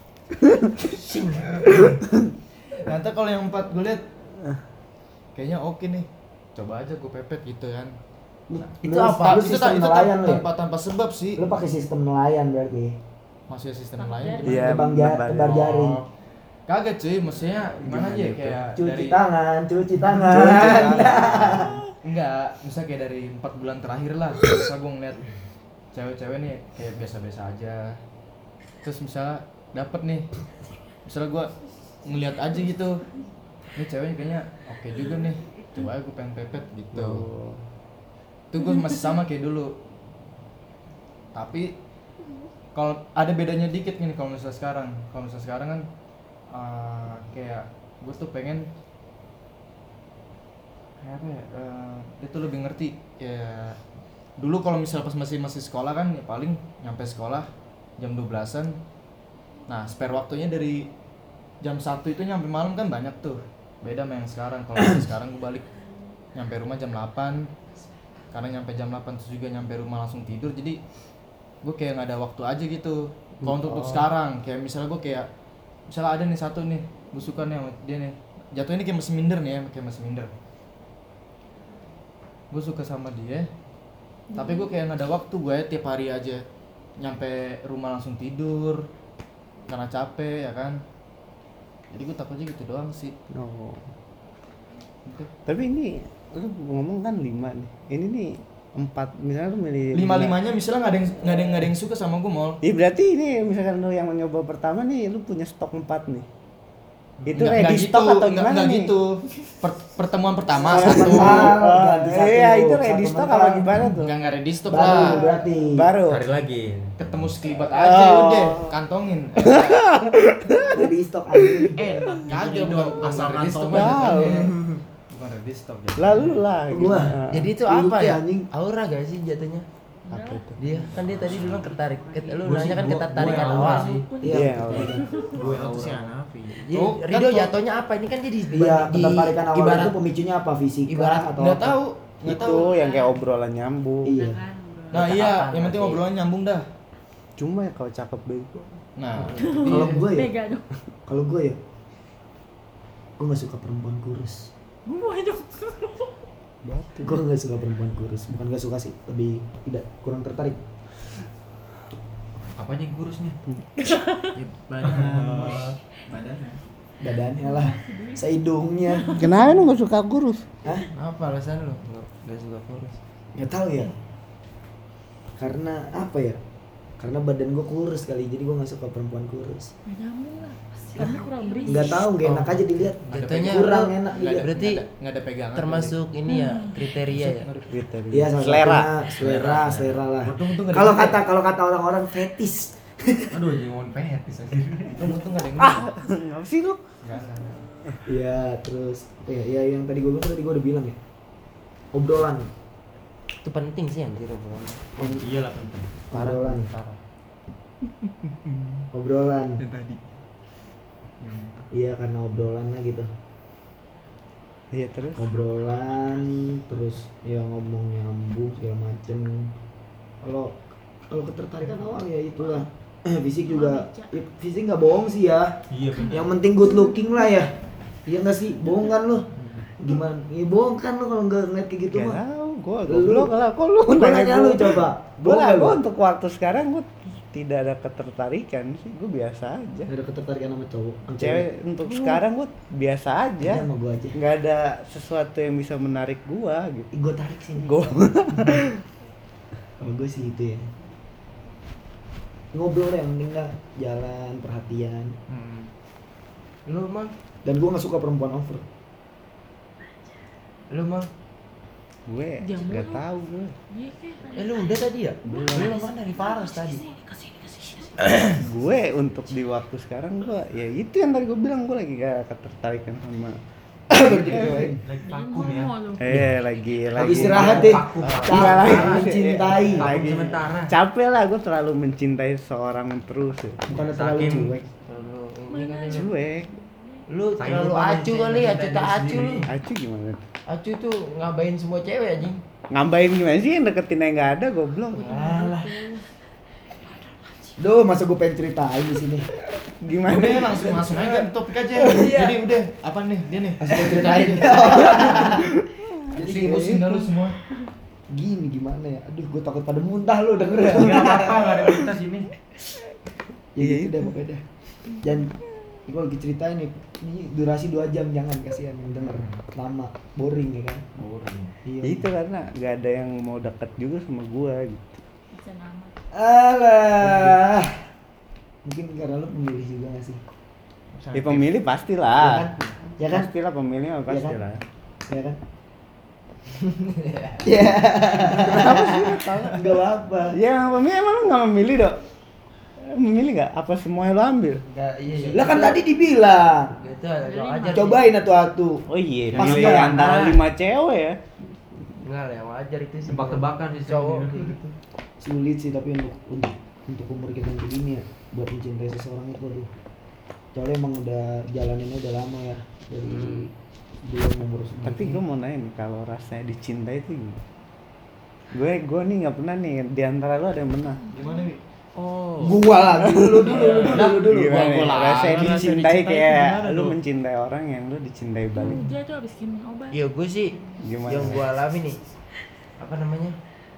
nanti kalau yang 4 gue liat kayaknya oke nih, coba aja gue pepet gitu kan. Itu apa? Lu sistem nelayan lu ya? tanpa sebab sih. Lu pakai sistem nelayan berarti. Masih sistem lain Iya, Tebar jaring. Kagak cuy, maksudnya gimana aja ya, kayak Cuci dari cuci tangan. enggak, misalnya kayak dari 4 bulan terakhir lah. Misal gue ngeliat cewek-cewek nih kayak biasa-biasa aja. Terus misalnya dapet nih, misalnya gue ngeliat aja gitu, ini ceweknya kayaknya oke juga nih, coba aja gue pengen pepet gitu. Itu gue masih sama kayak dulu. Tapi kalau ada bedanya dikit nih kalau misalnya sekarang kan kayak gue tuh pengen kayak apa ya, dia tuh lebih ngerti ya. Dulu kalau misalnya pas masih sekolah kan ya paling nyampe sekolah jam 12-an. Nah spare waktunya dari jam 1 itu nyampe malam kan banyak tuh. Beda sama yang sekarang. Kalau sekarang gue balik nyampe rumah jam 8, karena nyampe jam 8 terus juga nyampe rumah langsung tidur. Jadi gue kayak nggak ada waktu aja gitu. Kalau untuk sekarang kayak misalnya gue kayak misalnya ada nih satu nih gue suka nih sama dia nih, jatuhnya ini kayak masih minder nih ya, kayak masih minder. Gue suka sama dia, tapi gue kayak nggak ada waktu. Gue tiap hari aja nyampe rumah langsung tidur karena capek ya kan. Jadi gue takutnya gitu doang sih. Oh. Gitu. Tapi ini lu ngomong kan 5 nih. Ini nih 4, misalnya lu milih 5-5-nya misalnya nggak ada yang suka sama gue Mol. Iya berarti ini misalkan lu yang nyoba pertama nih lu punya stok 4 nih. Itu Nggak ready gitu, stock atau gimana nggak nih? gitu. Pertemuan pertama satu. Iya itu ready stock apa gimana tuh? Nggak ready stock Baru lah. berarti. Baru. Cari lagi. Ketemu sekelibat aja udah kantongin. Ready stock aja. Kagak bukan asal ready stock Wow. aja. Bukan ready stock ya. Lalu lah. Gua. gimana? Jadi itu Lu apa kayak ya? anjing. Aura gak sih jatuhnya? Apa itu? Dia kan dia tadi bilang ketarik. Lu Gua nanya sih- kan gua- ketertarikan gua awal. sih. Iya. Gue itu si Hanafi. Iya, Oh, kan Rido tuh- jatuhnya apa? Ini kan dia di Iya, ketertarikan awal ibarat itu pemicunya apa? Fisika ibarat atau Nggak apa? tahu. Nggak Itu tahu. yang kayak obrolan nyambung. Iya. Nah iya, Apaan yang penting berarti? obrolan nyambung dah. Cuma ya kalau cakep bego. Nah, Kalau gue ya, Mega dong. kalau gue ya, gue nggak suka perempuan kurus. Gue dong. Batu. Gue nggak suka perempuan kurus. Bukan nggak suka sih, lebih tidak kurang tertarik. Apanya yang kurusnya? Ya, badannya. Badannya lah, sehidungnya. Kenapa lu gak suka kurus? Hah? apa alasan lu? Gak suka kurus. Nggak tahu ya. Karena apa ya? Karena badan gue kurus kali, jadi gue nggak suka perempuan kurus. Gak nyambung lah. Kami kurang berisi. Nggak tahu, nggak enak aja dilihat. Jatuhnya Kurang lu enak nggak dilihat. ada, Berarti nggak ada pegangan. termasuk ini ya kriteria ya. Kriteria. Iya, salah Selera. satunya selera lah. Untung nggak ada Kalau yang kalau kata orang-orang fetis. Aduh, jangan fetis aja. Untung nggak ada yang Apa sih lu? Nggak. Iya, terus apa ya? Ya yang tadi gue bilang, tadi gue udah bilang ya. Obrolan. Itu penting sih anjir obrolan. Iya lah penting. Obrolan. Parah. Obrolan. Dan tadi. Iya, karena obrolan lah gitu. Iya terus. Obrolan, terus ya ngomong nyambung segala macem. Kalau ketertarikan awal ya itulah. Fisik juga, ya, fisik nggak bohong sih ya. Iya benar. Yang penting good looking lah ya. Iya nggak sih, bohong kan lu? Gimana? Ya bohong kan lu kalau nggak ngeliat kayak gitu Gak mah. tau, gue Lu- goblok lah. Kok lu Gue nanya lu coba. Gue Bohong lah, nggak gue lu? untuk waktu sekarang gue tidak ada ketertarikan sih. Gue biasa aja. Nggak ada ketertarikan sama cowok. Sama Cewek untuk sekarang gue biasa aja. Iya, sama gue aja. Nggak ada sesuatu yang bisa menarik gue gitu. Gue tarik sini. Gue Kalau gue sih gitu ya. Ngobrol yang penting lah, jalan, perhatian. Lu Mang, Dan gue nggak suka perempuan over. lu Mang. gue Jamur nggak lu. tahu gue. Iya kayak. Lu udah tadi ya? Lu kan dari Faras tadi. Gue untuk di waktu sekarang gue ya itu yang tadi gue bilang, gue lagi gak ketertarikan sama Lagi vakum ya. lagi istirahat deh. Vakum. Capek lagi. mencintai. lagi sementara. capek lah, gue terlalu mencintai seorang terus ya. Bukan terlalu Saking- cuek. Lu ini kan ini. Cuek. Lu Saking terlalu lupa acu kali, mencintai acu tak diri acu lu. sendiri. Acu gimana? Acu tuh ngabain semua cewek anjing. Ngambain gimana sih, yang deketin yang gak ada goblok. Alah. Duh, masa gue pengen ceritain di sini. Gimana? Udah langsung aja ke topik aja. Jadi udah apa nih dia nih? Masih pengen ceritain. Jadi pusing dah lu semua. Gini gimana ya? Aduh, gue takut pada muntah lu denger ya. Enggak apa-apa, enggak ada kita sini. Ya gitu deh pokoknya dah. Dan gue lagi ceritain nih, ini durasi 2 jam, jangan kasihan yang denger. Lama, boring ya kan? Boring. Iya. Ya itu karena gak ada yang mau deket juga sama gua gitu. Bisa nama. Alah. Mungkin karena lu pemilih juga gak sih? Ya pemilih pastilah. Ya kan? Pastilah pemilih mah Ya kan? pastilah. Ya kan? Ya. Kenapa sih? Enggak apa-apa. Ya pemilih emang lu gak memilih dok? memilih nggak? Apa semuanya lo ambil? Enggak, iya. Lah kan tadi dibilang. Gitu ada wajar. Cobain atu-atu. Oh iya, Pas milih nggak? antara 5 cewek ya. Enggak lah, yang wajar itu sih. Tebak-tebakan sih Cowok sebenarnya. kayak gitu. Sulit sih tapi untuk umur kita yang begini ya buat mencintai seseorang itu aduh. Soalnya emang udah jalaninnya udah lama ya dari belum umur segini. Tapi gue mau nanya nih, kalau rasanya dicintai itu gimana? Gue nih nggak pernah nih, di antara lo ada yang pernah. Gimana Wi? Oh. gua lagi dulu. Gimana? Gua Rasanya rasanya dicintai dicintai kayak gimana lu tuh? mencintai orang yang lu dicintai balik. Dia tuh habis minum obat. Iya, gue sih Gimana? yang gue alami nih. Apa namanya?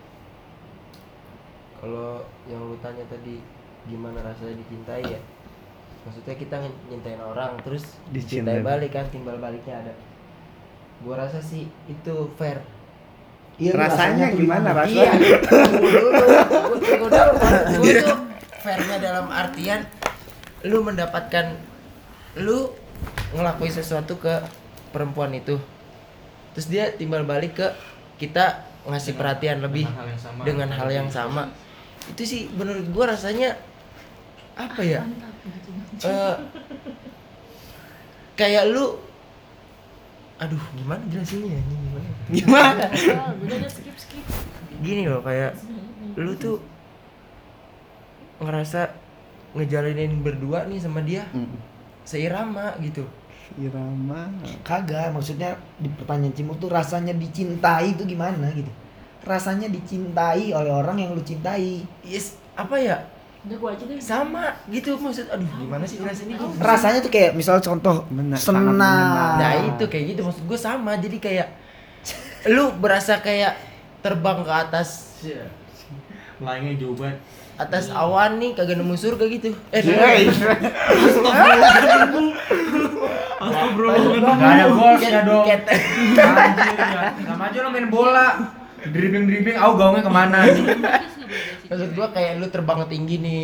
Kalau yang lu tanya tadi gimana rasanya dicintai ya? Maksudnya kita nyintain orang terus Dicintai. dicintai balik kan, timbal baliknya ada. Gua rasa sih itu fair. Iya, Rasanya tuh gimana? Iya. Rasanya? Tunggu dulu. Gua tuh fairnya dalam artian lu mendapatkan lu ngelakuin sesuatu ke perempuan itu. Terus dia timbal balik ke kita ngasih perhatian lebih dengan hal yang sama. Itu sih menurut gua rasanya apa ya? Kayak lu aduh gimana jelasinnya ya, ini gimana Udah skip. gini loh, kayak lu tuh ngerasa ngejalinin berdua nih sama dia seirama gitu. Irama. Kagak, maksudnya di pertanyaan Cimur tuh rasanya dicintai itu gimana gitu. Rasanya dicintai oleh orang yang lu cintai. Yes, apa ya? Udah gua aja deh. Sama gitu maksud. Aduh, gimana sih jelasinnya? Rasanya tuh kayak misal contoh Benar, sangat senang. menyenangkan. Nah, itu kayak gitu maksud gue sama. Jadi kayak lu berasa kayak terbang ke atas Lainnya jauh banget. atas awan nih, kagak nemu surga gitu. Gak ada goalsnya dong. Ket. Anjir ya. Sama aja lo main bola. Dribbling, gaungnya kemana nih? Maksud gua kayak lu terbang tinggi nih.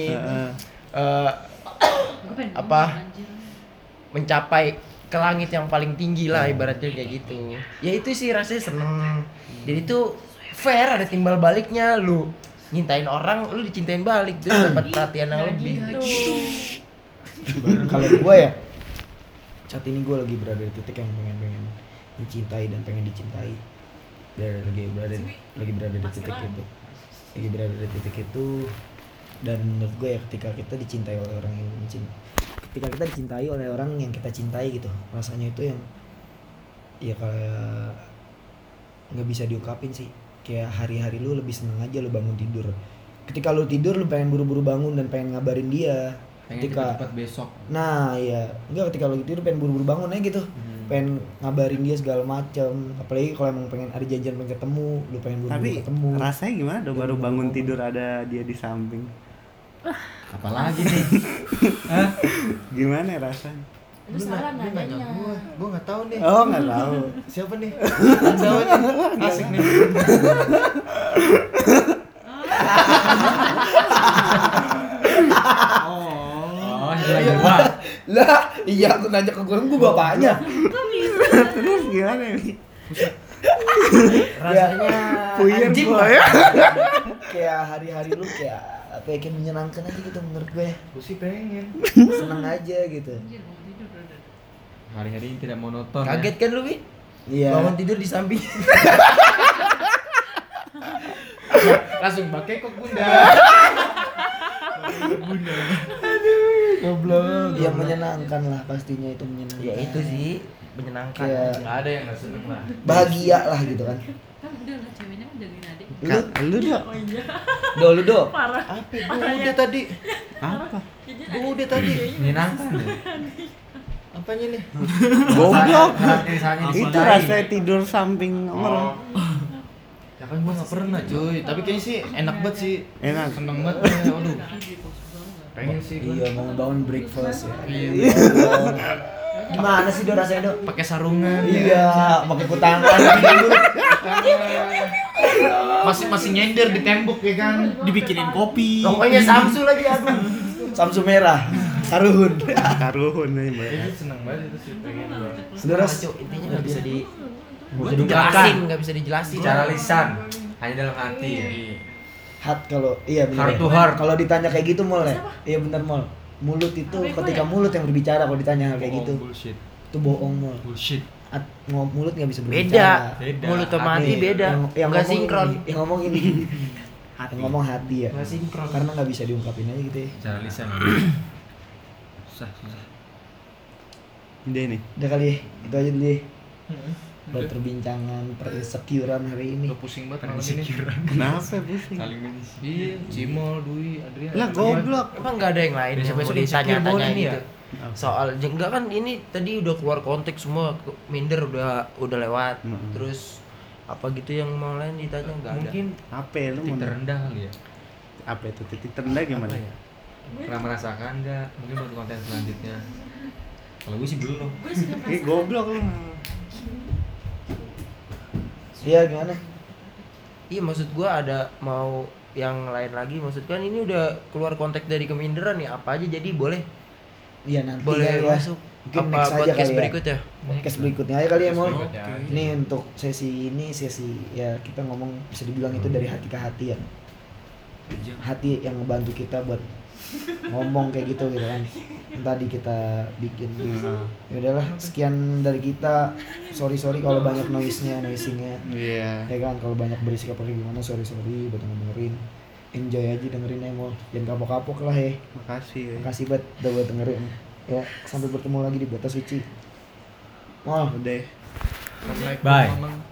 Gua pengen Apa? ngomong, anjir. Mencapai ke langit yang paling tinggi lah ibaratnya kayak gitu. Ya itu sih rasanya seneng. Jadi tuh fair, ada timbal baliknya. Lu nyintain orang, lu dicintain balik, terus dapat perhatian yang lebih. Kalau gua ya saat ini gua lagi berada di titik yang pengen mencintai dan pengen dicintai. Lagi berada di titik itu. Lagi berada di titik itu, dan menurut gue ya ketika kita dicintai oleh orang yang ketika kita dicintai oleh orang yang kita cintai gitu, rasanya itu yang ya kayak nggak bisa diungkapin sih. Kayak hari-hari lu lebih seneng aja lu bangun tidur. Ketika lu tidur lu pengen buru-buru bangun dan pengen ngabarin dia. Ketika cepat besok. nah ya enggak, ketika lu tidur pengen buru-buru bangun aja gitu. Pengen ngabarin dia segala macam, apalagi kalau emang pengen ada janjian pengen ketemu, lu pengen buru-buru Tapi ketemu. rasanya gimana dong baru bangun tidur ada dia di samping? Apalagi nih? Gimana ya rasanya? Lu salah nanyanya. Gua enggak tahu nih. Oh nggak tahu. Siapa nih? Siapa nih? Asik nih. Oh, lagi gua. Lah, iya aku nanya ke gua bapaknya. Terus gimana ini? Rasanya Puyer anjing boy. lah. Kayak hari-hari lu kayak apa ya, kayak menyenangkan aja gitu menurut gue. Gua sih pengen. Seneng aja gitu. Hari-hari ini tidak monoton. Kaget kan lu, Wi? Iya. Bangun tidur di samping. Langsung pakai kok Bunda. Goblok. Yang menyenangkan lah, pastinya itu menyenangkan. Ya itu sih menyenangkan. Kayak Enggak ada yang enggak seneng lah. bahagia lah gitu kan. Kan udah lah ceweknya kan jagain adik. Lu dong. Oh iya. Lu do. Parah. Gua udah tadi. Apa? Gua udah tadi. Menyenangkan. Apanya nih? Goblok. Misalnya Itu rasanya tidur samping orang. Ya kan gua enggak pernah, cuy. Tapi kayaknya sih enak banget sih. Enak. Seneng banget. Aduh. Pengen sih gua. Iya, mau bangun breakfast ya. Iya. Gimana sih do rasanya do? Pakai sarungan. Iya, pakai kutangan. Masih nyender di tembok ya kan. dibikinin kopi. Pokoknya Samsu lagi aduh. Samsu merah, karuhun. Karuhun nih, Mbak. Kayaknya seneng banget itu sih pengen banget. Saudara, Cuk, intinya nggak bisa Bisa diungkapkan nggak bisa dijelasin. Secara lisan, hanya dalam hati. Ya. kalau iya benar. Heart to heart. Kalau ditanya kayak gitu mol ya. Iya benar mol. Mulut itu Apa ketika ya? mulut yang berbicara kalau ditanya hal kayak gitu. Bullshit. Itu bohong mol. Bullshit. Mulut nggak bisa Beda. berbicara. Beda. Mulut sama hati Nih, beda. yang Nggak ngomong sinkron. ini, yang ngomong ini. Yang ngomong hati ya. Nggak sinkron. Karena nggak bisa diungkapin aja gitu ya. Cara lisan. Susah. Dia nih. Udah kali ya, itu aja dulu deh. Buat perbincangan perinsekuran hari ini. Lo pusing banget malam ini. Kenapa pusing? Iya, Cimol, Dwi, Adrian. Lah goblok. Emang nggak ada yang lain Besok besok mau insecure ditanya-tanya banget ini gitu. ya? Soal enggak kan ini tadi udah keluar konteks semua, minder udah lewat. Mm-mm. Terus apa gitu yang mau lain ditanya enggak ada. Mungkin Apa ya, lu titik mau terendah kali ya. apa itu titik terendah gimana? Apa ya? Pernah merasakan nggak? Mungkin buat konten selanjutnya. Kalau gue sih belum. Gue sudah Goblok lu. Iya gimana? Iya maksud gua ada mau yang lain lagi, maksud kan ini udah keluar konteks dari keminderan ya, apa aja jadi boleh Iya nanti boleh ya. masuk. Mungkin Apa next aja podcast kali ya. berikutnya? Podcast berikutnya aja kali ya Mol. Berikutnya aja. Ini untuk sesi ya kita ngomong bisa dibilang itu dari hati ke hati ya. Hati yang ngebantu kita buat ngomong kayak gitu kan. Yang tadi kita bikin. Ya udahlah, sekian dari kita. Sorry kalau banyak noisingnya. Iya. Ya kan, kalau banyak berisik apa gimana sorry buat yang dengerin. Enjoy aja dengerin ya Mol. Jangan kapok-kapok lah ya. Makasih. Ya. Makasih banget udah buat dengerin. Ya, sampai bertemu lagi di Batas Suci. Mol. Udah. Assalamualaikum, Bye. Mamang.